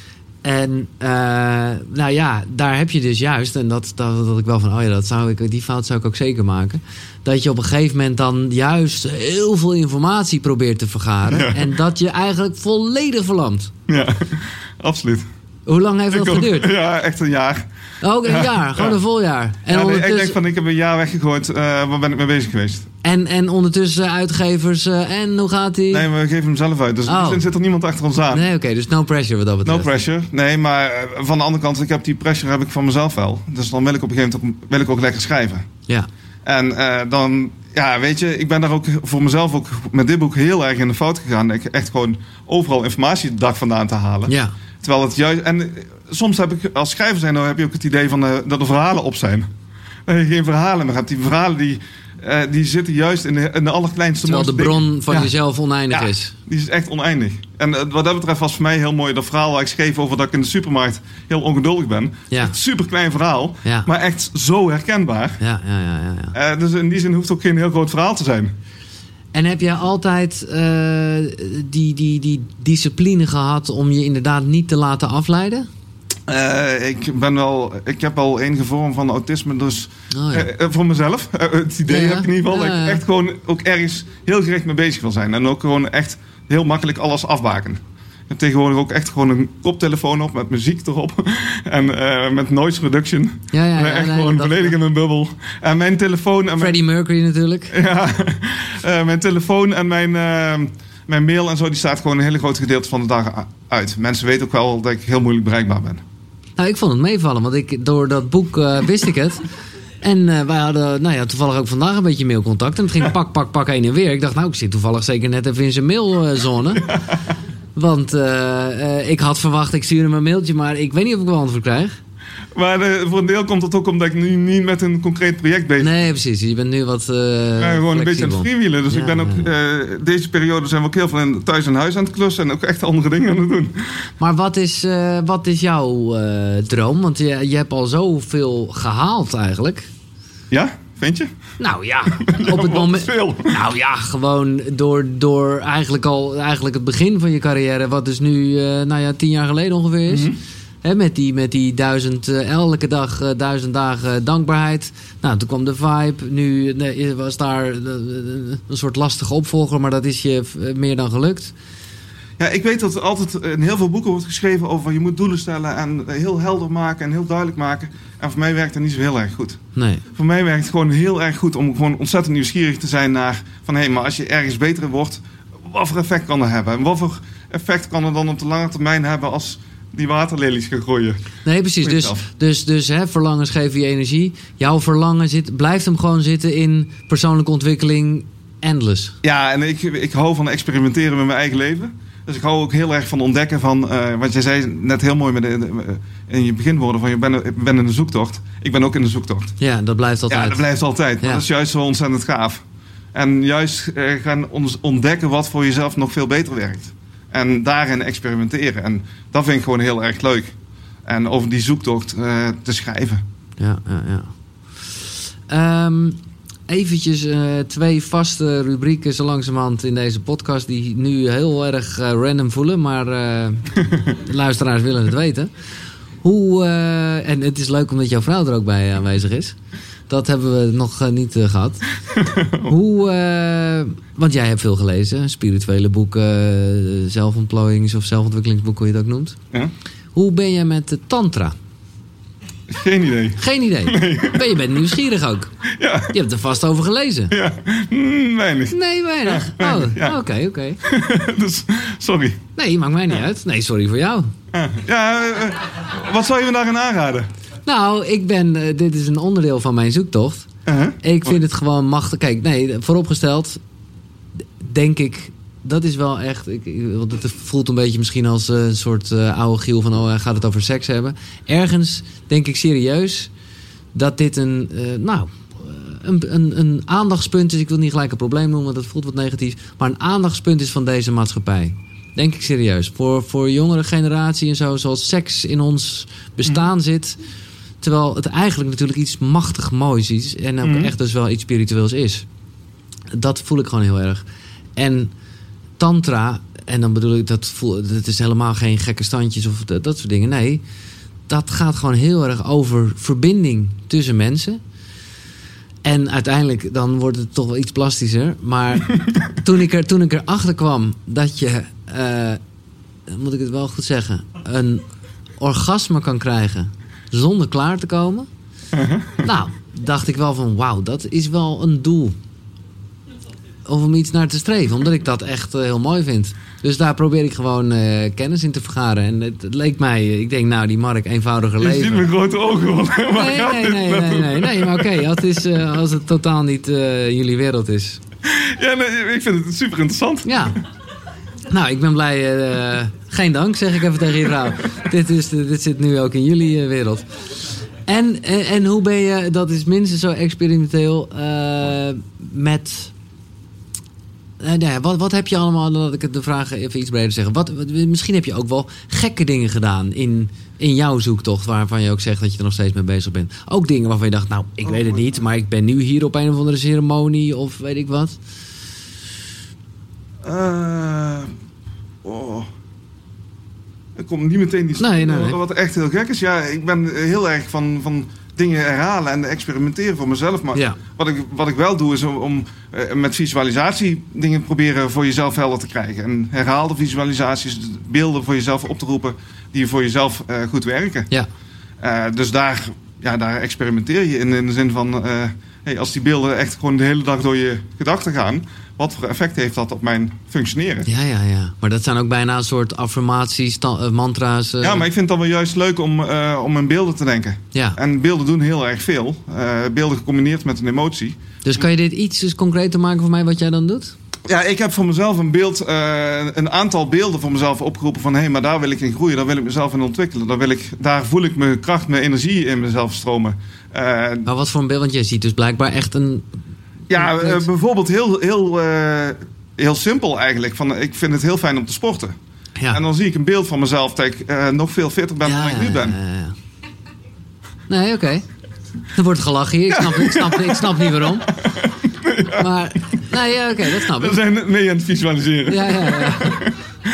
En uh, nou ja, daar heb je dus juist... en dat, dat, dat ik wel van... oh ja, dat zou ik, die fout zou ik ook zeker maken... dat je op een gegeven moment dan juist... heel veel informatie probeert te vergaren... Ja. En dat je eigenlijk volledig verlamt. Ja, absoluut. Hoe lang heeft dat ik geduurd? Ook, ja, echt een jaar. Ook een jaar, gewoon ja. een vol jaar. En ja, nee, ondertussen... Ik denk van, ik heb een jaar weggegooid. Uh, waar ben ik mee bezig geweest? En, en ondertussen uitgevers... Uh, en hoe gaat die? Nee, we geven hem zelf uit. Dus oh. er zit er niemand achter ons aan. Nee, oké, okay, dus no pressure wat dat betreft. No pressure. Nee, maar uh, van de andere kant... ik heb die pressure heb ik van mezelf wel. Dus dan wil ik op een gegeven moment ook, wil ik ook lekker schrijven. Ja. En uh, dan... Ja, weet je, ik ben daar ook voor mezelf ook met dit boek heel erg in de fout gegaan. Ik echt gewoon overal informatie de dag vandaan te halen. Ja. Terwijl het juist... En soms heb ik als schrijver zijn, dan heb je ook het idee van uh, dat er verhalen op zijn. Dat je geen verhalen meer hebt. Die verhalen die, uh, die zitten juist in de, in de allerkleinste... Terwijl de bron dingen. van ja. jezelf oneindig ja, is. Die is echt oneindig. En uh, wat dat betreft was voor mij heel mooi dat verhaal waar ik schreef over dat ik in de supermarkt heel ongeduldig ben. Ja. Echt super klein verhaal, ja. maar echt zo herkenbaar. Ja, ja, ja, ja, ja. Uh, dus in die zin hoeft het ook geen heel groot verhaal te zijn. En heb jij altijd uh, die, die, die discipline gehad om je inderdaad niet te laten afleiden? Uh, ik ben wel, ik heb al enige vorm van autisme, dus oh, ja. uh, voor mezelf. Uh, het idee ja, heb ik in ieder geval ja, ja. dat ik echt gewoon ook ergens heel gericht mee bezig wil zijn. En ook gewoon echt heel makkelijk alles afbaken. Ik heb tegenwoordig ook echt gewoon een koptelefoon op met muziek erop. En uh, met noise reduction. Ja, ja, ja, echt nee, gewoon dat, volledig in mijn bubbel. En mijn telefoon... En Freddie mijn, Mercury natuurlijk. Ja, uh, mijn telefoon en mijn... Uh, Mijn mail en zo, die staat gewoon een hele groot gedeelte van de dag uit. Mensen weten ook wel dat ik heel moeilijk bereikbaar ben. Nou, ik vond het meevallen, want ik, door dat boek uh, wist ik het. En uh, wij hadden nou ja, toevallig ook vandaag een beetje mailcontact. En het ging pak, pak, pak heen en weer. Ik dacht, nou, ik zit toevallig zeker net even in zijn mailzone. Ja. Want uh, uh, ik had verwacht, ik stuur hem een mailtje, maar ik weet niet of ik wel antwoord krijg. Maar uh, voor een deel komt het ook omdat ik nu niet met een concreet project bezig ben. Nee, precies. Je bent nu wat uh, ja, gewoon een beetje aan het freewheelen. Dus ja, ik ben ook, ja. uh, deze periode zijn we ook heel veel in, thuis en huis aan het klussen. En ook echt andere dingen aan het doen. Maar wat is, uh, wat is jouw uh, droom? Want je, je hebt al zoveel gehaald eigenlijk. Ja? Vind je? Nou ja, op het moment. Veel. Nou ja, gewoon door, door eigenlijk al eigenlijk het begin van je carrière, wat dus nu, uh, nou ja, tien jaar geleden ongeveer is. Mm-hmm. Hè, met, die, met die duizend, uh, elke dag uh, duizend dagen dankbaarheid. Nou, toen kwam de Vibe. Nu nee, was daar uh, een soort lastige opvolger, maar dat is je uh, meer dan gelukt. Ja, ik weet dat er altijd in heel veel boeken wordt geschreven over je moet doelen stellen en heel helder maken en heel duidelijk maken. En voor mij werkt dat niet zo heel erg goed. Nee. Voor mij werkt het gewoon heel erg goed om gewoon ontzettend nieuwsgierig te zijn naar van hé, hey, maar als je ergens beter in wordt, wat voor effect kan dat hebben? En wat voor effect kan het dan op de lange termijn hebben als die waterlelies gaan groeien? Nee, precies. Dus, dus, dus hè, verlangens geven je energie. Jouw verlangen zit, blijft hem gewoon zitten in persoonlijke ontwikkeling endless. Ja, en ik, ik hou van experimenteren met mijn eigen leven. Dus ik hou ook heel erg van ontdekken van, uh, wat jij zei net heel mooi met de, de, in je beginwoorden van je bent ben in de zoektocht. Ik ben ook in de zoektocht. Ja, dat blijft altijd. Ja, dat blijft altijd. Maar ja. Dat is juist zo ontzettend gaaf. En juist uh, gaan ontdekken wat voor jezelf nog veel beter werkt. En daarin experimenteren. En dat vind ik gewoon heel erg leuk. En over die zoektocht uh, te schrijven. Ja, ja, ja. Um, eventjes uh, twee vaste rubrieken zo langzamerhand in deze podcast die nu heel erg uh, random voelen. Maar uh, de luisteraars willen het weten. Hoe, uh, en het is leuk omdat jouw vrouw er ook bij aanwezig is. Dat hebben we nog uh, niet uh, gehad. Hoe, uh, want jij hebt veel gelezen. Spirituele boeken, uh, zelfontplooiings- of zelfontwikkelingsboeken, hoe je het ook noemt. Ja. Hoe ben je met de tantra? Geen idee. Geen idee? Nee. Ben je bent nieuwsgierig ook? Ja. Je hebt er vast over gelezen. Ja, mm, weinig. Nee, weinig. Ja, weinig. Oh, ja. Oké, okay, oké. Okay. Dus, sorry. Nee, maakt mij niet ja. uit. Nee, sorry voor jou. Ja, ja uh, wat zou je me daarin aanraden? Nou, ik ben, uh, dit is een onderdeel van mijn zoektocht. Uh-huh. Ik vind het gewoon machtig. Kijk, nee, vooropgesteld, denk ik, dat is wel echt. Ik, want het voelt een beetje misschien als uh, een soort uh, oude Giel van, oh, hij gaat het over seks hebben. Ergens denk ik serieus dat dit een, uh, nou, een, een, een aandachtspunt is. Ik wil niet gelijk een probleem noemen, want dat voelt wat negatief. Maar een aandachtspunt is van deze maatschappij. Denk ik serieus. Voor, voor jongere generatie en zo, zoals seks in ons bestaan zit. Terwijl het eigenlijk natuurlijk iets machtig moois is. En ook mm-hmm. echt dus wel iets spiritueels is. Dat voel ik gewoon heel erg. En tantra, en dan bedoel ik, dat, voel, dat is helemaal geen gekke standjes of dat, dat soort dingen. Nee, dat gaat gewoon heel erg over verbinding tussen mensen. En uiteindelijk, dan wordt het toch wel iets plastischer. Maar toen ik, er, toen ik erachter kwam dat je, uh, moet ik het wel goed zeggen, een orgasme kan krijgen zonder klaar te komen. Uh-huh. Nou, dacht ik wel van, wauw, dat is wel een doel. Of om iets naar te streven, omdat ik dat echt uh, heel mooi vind. Dus daar probeer ik gewoon uh, kennis in te vergaren. En het, het leek mij, ik denk, nou, die Mark, eenvoudiger leven. Je ziet mijn grote ogen. Hoor. Nee, nee, nee, nee, nee, nee, nee, maar oké, okay, als, uh, als het totaal niet uh, jullie wereld is. Ja, nee, ik vind het super interessant. Ja. Nou, ik ben blij. Uh, geen dank, zeg ik even tegen je vrouw. dit, is, dit zit nu ook in jullie uh, wereld. En, en, en hoe ben je, dat is minstens zo experimenteel, uh, met... Uh, nee, wat, wat heb je allemaal, laat ik de vraag even iets breder zeggen. Wat, wat, misschien heb je ook wel gekke dingen gedaan in, in jouw zoektocht, waarvan je ook zegt dat je er nog steeds mee bezig bent. Ook dingen waarvan je dacht, nou, ik weet het niet, maar ik ben nu hier op een of andere ceremonie of weet ik wat. Uh, oh. Ik kom niet meteen die nee, nee, nee. Wat echt heel gek is. Ja, ik ben heel erg van, van dingen herhalen en experimenteren voor mezelf. Maar ja. wat, ik, wat ik wel doe is om, om uh, met visualisatie dingen proberen voor jezelf helder te krijgen. En herhaalde visualisaties, beelden voor jezelf op te roepen die voor jezelf uh, goed werken. Ja. Uh, dus daar, ja, daar experimenteer je in, in de zin van, uh, hey, als die beelden echt gewoon de hele dag door je gedachten gaan, wat voor effect heeft dat op mijn functioneren? Ja, ja, ja. Maar dat zijn ook bijna een soort affirmaties, ta- uh, mantra's. Uh... Ja, maar ik vind het dan wel juist leuk om, uh, om in beelden te denken. Ja. En beelden doen heel erg veel. Uh, beelden gecombineerd met een emotie. Dus kan je dit iets dus concreter maken voor mij wat jij dan doet? Ja, ik heb voor mezelf een beeld, uh, een aantal beelden voor mezelf opgeroepen van hé, hey, maar daar wil ik in groeien, daar wil ik mezelf in ontwikkelen. Daar, wil ik, daar voel ik mijn kracht, mijn energie in mezelf stromen. Uh, maar wat voor een beeld? Want jij ziet dus blijkbaar echt een... Ja, uh, bijvoorbeeld heel, heel, uh, heel simpel eigenlijk. Van, ik vind het heel fijn om te sporten. Ja. En dan zie ik een beeld van mezelf dat ik uh, nog veel fitter ben ja, dan ik nu ben. Ja, ja. Nee, oké. Okay. Er wordt gelachen hier. Ik snap, ik snap, ik snap niet waarom. Ja. Maar, nee, oké, okay, dat snap ik. We zijn mee aan het visualiseren. Ja, ja, ja.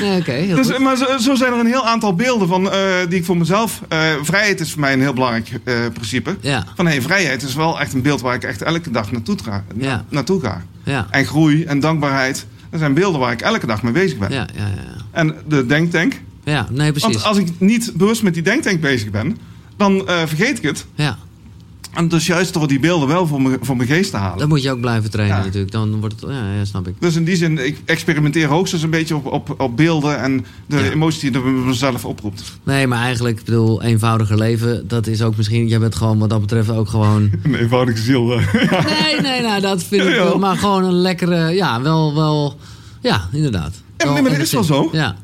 Nee, okay, dus, maar zo, zo zijn er een heel aantal beelden van, uh, die ik voor mezelf... Uh, vrijheid is voor mij een heel belangrijk uh, principe. Ja. Van hey, vrijheid is wel echt een beeld waar ik echt elke dag naartoe, tra- na- ja. naartoe ga. Ja. En groei en dankbaarheid. Dat zijn beelden waar ik elke dag mee bezig ben. Ja, ja, ja. En de denktank. Ja, nee, precies. Want als ik niet bewust met die denktank bezig ben... dan uh, vergeet ik het. Ja. En dus juist door die beelden wel voor mijn, voor mijn geest te halen. Dan moet je ook blijven trainen ja. natuurlijk. Dan wordt het, ja, ja, snap ik. Dus in die zin, ik experimenteer hoogstens een beetje op, op, op beelden... en de ja. emotie die er mezelf oproept. Nee, maar eigenlijk, ik bedoel, eenvoudiger leven... dat is ook misschien... jij bent gewoon wat dat betreft ook gewoon... een eenvoudige ziel. Ja. Nee, nee, nou, dat vind ik wel. Maar gewoon een lekkere... ja, wel, wel... ja, inderdaad. Ja, maar, nee, maar dat is wel zo. Ja.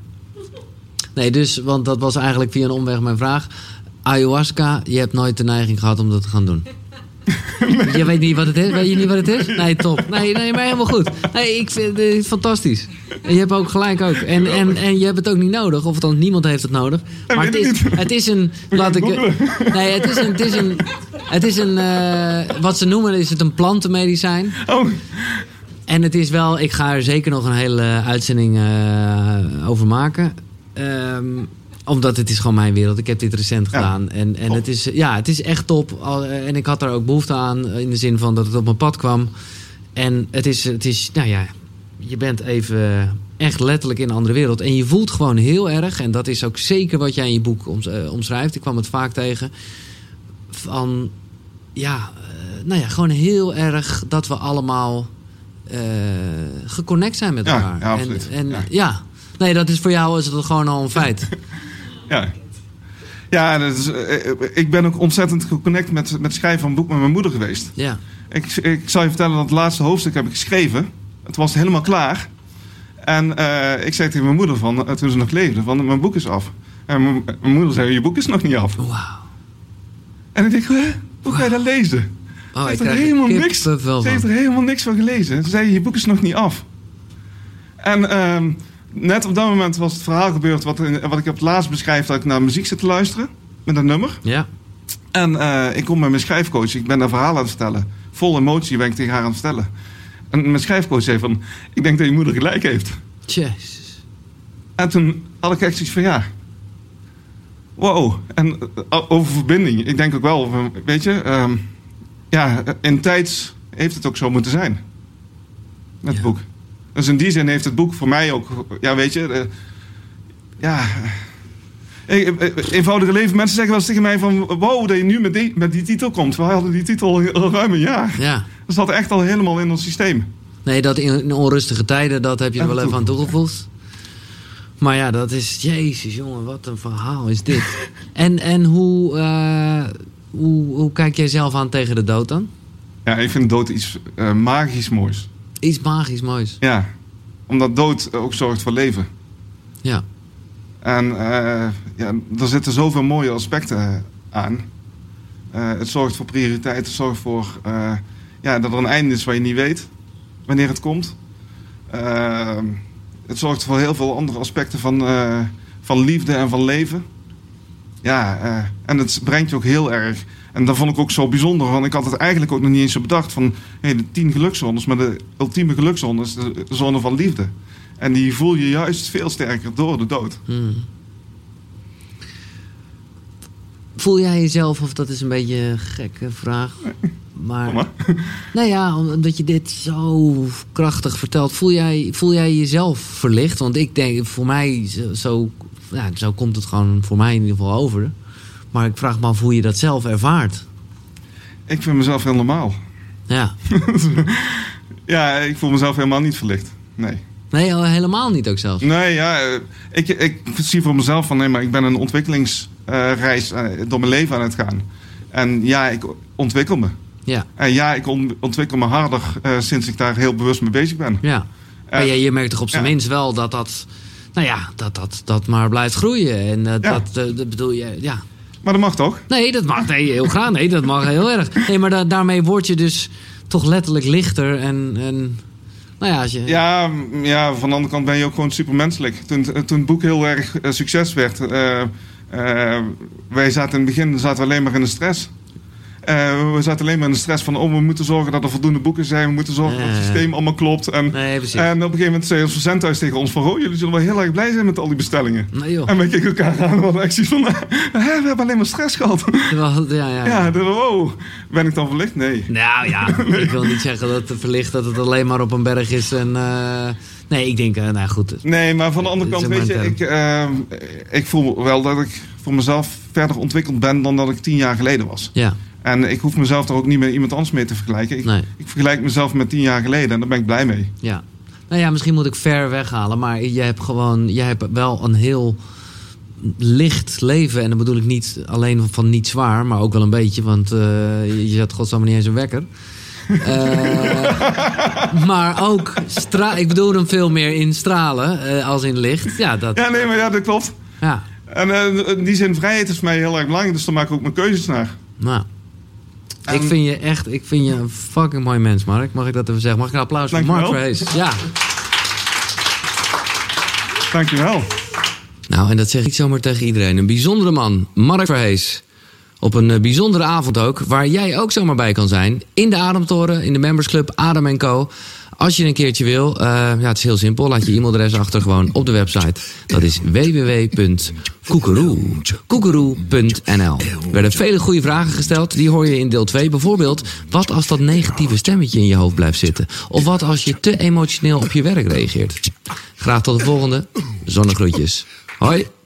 Nee, dus, want dat was eigenlijk via een omweg mijn vraag... Ayahuasca, je hebt nooit de neiging gehad om dat te gaan doen. Nee. Je weet niet wat het is? Weet je niet wat het is? Nee, top. Nee, nee, maar helemaal goed. Nee, ik vind het fantastisch. En je hebt ook gelijk ook. En, en, en je hebt het ook niet nodig. Of althans, niemand heeft het nodig. Maar het is, het is een... Laat ik, nee, het is een... Het is een, het is een uh, wat ze noemen, is het een plantenmedicijn. Oh. En het is wel... Ik ga er zeker nog een hele uitzending uh, over maken. Um, Omdat het is gewoon mijn wereld. Ik heb dit recent ja. gedaan. En, en het, is, ja, het is echt top. En ik had er ook behoefte aan. In de zin van dat het op mijn pad kwam. En het is, het is nou ja, je bent even echt letterlijk in een andere wereld. En je voelt gewoon heel erg. En dat is ook zeker wat jij in je boek omschrijft. Ik kwam het vaak tegen. Van, ja, nou ja, gewoon heel erg dat we allemaal uh, geconnect zijn met elkaar. Ja, ja, absoluut. En, en ja. ja, nee, dat is voor jou is het gewoon al een feit. Ja, ja dat is, ik ben ook ontzettend geconnect met, met het schrijven van een boek met mijn moeder geweest. Ja. Ik, ik zal je vertellen dat het laatste hoofdstuk heb ik geschreven. Het was helemaal klaar. En uh, ik zei tegen mijn moeder, van, uh, toen ze nog leefde, van mijn boek is af. En mijn, mijn moeder zei, je boek is nog niet af. Wauw. En ik denk, hoe wow. ga je dat lezen? Oh, ze heeft er helemaal niks, ze heeft er helemaal niks van gelezen. Ze zei, je boek is nog niet af. En... Uh, net op dat moment was het verhaal gebeurd... wat, wat ik op het laatst beschrijf... dat ik naar muziek zit te luisteren. Met een nummer. Ja. En uh, ik kom met mijn schrijfcoach. Ik ben daar verhaal aan het vertellen. Vol emotie ben ik tegen haar aan het vertellen. En mijn schrijfcoach zei van... ik denk dat je moeder gelijk heeft. Jezus. En toen had ik echt zoiets van... ja... wow. En uh, over verbinding. Ik denk ook wel... weet je... Um, ja, in tijds heeft het ook zo moeten zijn. Met het ja. boek. Dus in die zin heeft het boek voor mij ook... Ja, weet je... Uh, ja... Eenvoudige leven. Mensen zeggen wel eens tegen mij van... wow, dat je nu met die, met die titel komt. We hadden die titel al ruim een jaar. Ja. Dat zat echt al helemaal in ons systeem. Nee, dat in, in onrustige tijden... dat heb je er wel even aan toegevoegd. Maar ja, dat is... Jezus, jongen, wat een verhaal is dit. en en hoe, uh, hoe... Hoe kijk jij zelf aan tegen de dood dan? Ja, ik vind dood iets uh, magisch moois. Iets magisch moois. Ja, omdat dood ook zorgt voor leven. Ja. En uh, ja, er zitten zoveel mooie aspecten aan. Uh, het zorgt voor prioriteit. Het zorgt voor uh, ja, dat er een einde is waar je niet weet wanneer het komt. Uh, het zorgt voor heel veel andere aspecten van, uh, van liefde en van leven. Ja, uh, en het brengt je ook heel erg... En dat vond ik ook zo bijzonder, want ik had het eigenlijk ook nog niet eens zo bedacht van hey, de tien gelukszones, maar de ultieme gelukszone is de, de zone van liefde. En die voel je juist veel sterker door de dood. Hmm. Voel jij jezelf, of dat is een beetje een gekke vraag, nee. maar, maar. Nou ja, omdat je dit zo krachtig vertelt, voel jij, voel jij jezelf verlicht? Want ik denk, voor mij, zo, ja, zo komt het gewoon voor mij in ieder geval over. Maar ik vraag me af hoe je dat zelf ervaart. Ik vind mezelf heel normaal. Ja. Ja, ik voel mezelf helemaal niet verlicht. Nee. Nee, helemaal niet ook zelfs? Nee, ja. Ik, ik zie voor mezelf van... nee, maar ik ben een ontwikkelingsreis uh, door mijn leven aan het gaan. En ja, ik ontwikkel me. Ja. En ja, ik on, ontwikkel me harder uh, sinds ik daar heel bewust mee bezig ben. Ja. Maar je, je merkt toch op zijn ja. minst wel dat dat... Nou ja, dat dat, dat maar blijft groeien. En uh, ja. dat, uh, dat bedoel je... Ja. Maar dat mag toch? Nee, dat mag nee, heel graag. Nee, dat mag heel erg. Nee, maar da- daarmee word je dus toch letterlijk lichter. En, en nou ja, als je... ja, ja, van de andere kant ben je ook gewoon supermenselijk. Toen, toen het boek heel erg uh, succes werd... Uh, uh, wij zaten in het begin zaten we alleen maar in de stress. Uh, we zaten alleen maar in de stress van... oh, we moeten zorgen dat er voldoende boeken zijn. We moeten zorgen uh, dat het systeem allemaal klopt. En, nee, en op een gegeven moment zei ons verzendhuis tegen ons van... oh, jullie zullen wel heel erg blij zijn met al die bestellingen. Nee, joh. En wij keken elkaar aan en hadden echt zoiets van... we hebben alleen maar stress gehad. Ja, ja, ja. ja de, wow. Ben ik dan verlicht? Nee. Nou ja, nee. Ik wil niet zeggen dat het verlicht dat het alleen maar op een berg is. En, uh, nee, ik denk, uh, nou goed. Nee, maar van de andere kant, weet je... Ik, uh, ik voel wel dat ik voor mezelf verder ontwikkeld ben... dan dat ik tien jaar geleden was. Ja. En ik hoef mezelf daar ook niet met iemand anders mee te vergelijken. Ik, nee. ik vergelijk mezelf met tien jaar geleden en daar ben ik blij mee. Ja. Nou ja, misschien moet ik ver weghalen. Maar je hebt gewoon... Je hebt wel een heel licht leven. En dan bedoel ik niet alleen van niet zwaar, maar ook wel een beetje. Want uh, je zet godsamme niet eens een wekker. Uh, maar ook... Stra- ik bedoel hem veel meer in stralen uh, als in licht. Ja, dat, ja, nee, maar ja, dat klopt. Ja. En uh, in die zin, vrijheid is voor mij heel erg belangrijk. Dus daar maak ik ook mijn keuzes naar. Nou... En ik vind je echt, ik vind je een fucking mooi mens, Mark. Mag ik dat even zeggen? Mag ik een applaus voor Mark Verhees? Ja. Dankjewel. Nou, en dat zeg ik zomaar tegen iedereen. Een bijzondere man, Mark Verhees. Op een bijzondere avond ook, waar jij ook zomaar bij kan zijn. In de Ademtoren, in de Membersclub Adem en Co. Als je een keertje wil, uh, ja, het is heel simpel. Laat je e-mailadres achter gewoon op de website. Dat is w w w punt koekeroe punt n l. Er werden vele goede vragen gesteld. Die hoor je in deel twee. Bijvoorbeeld, wat als dat negatieve stemmetje in je hoofd blijft zitten? Of wat als je te emotioneel op je werk reageert? Graag tot de volgende. Zonnegroetjes. Hoi.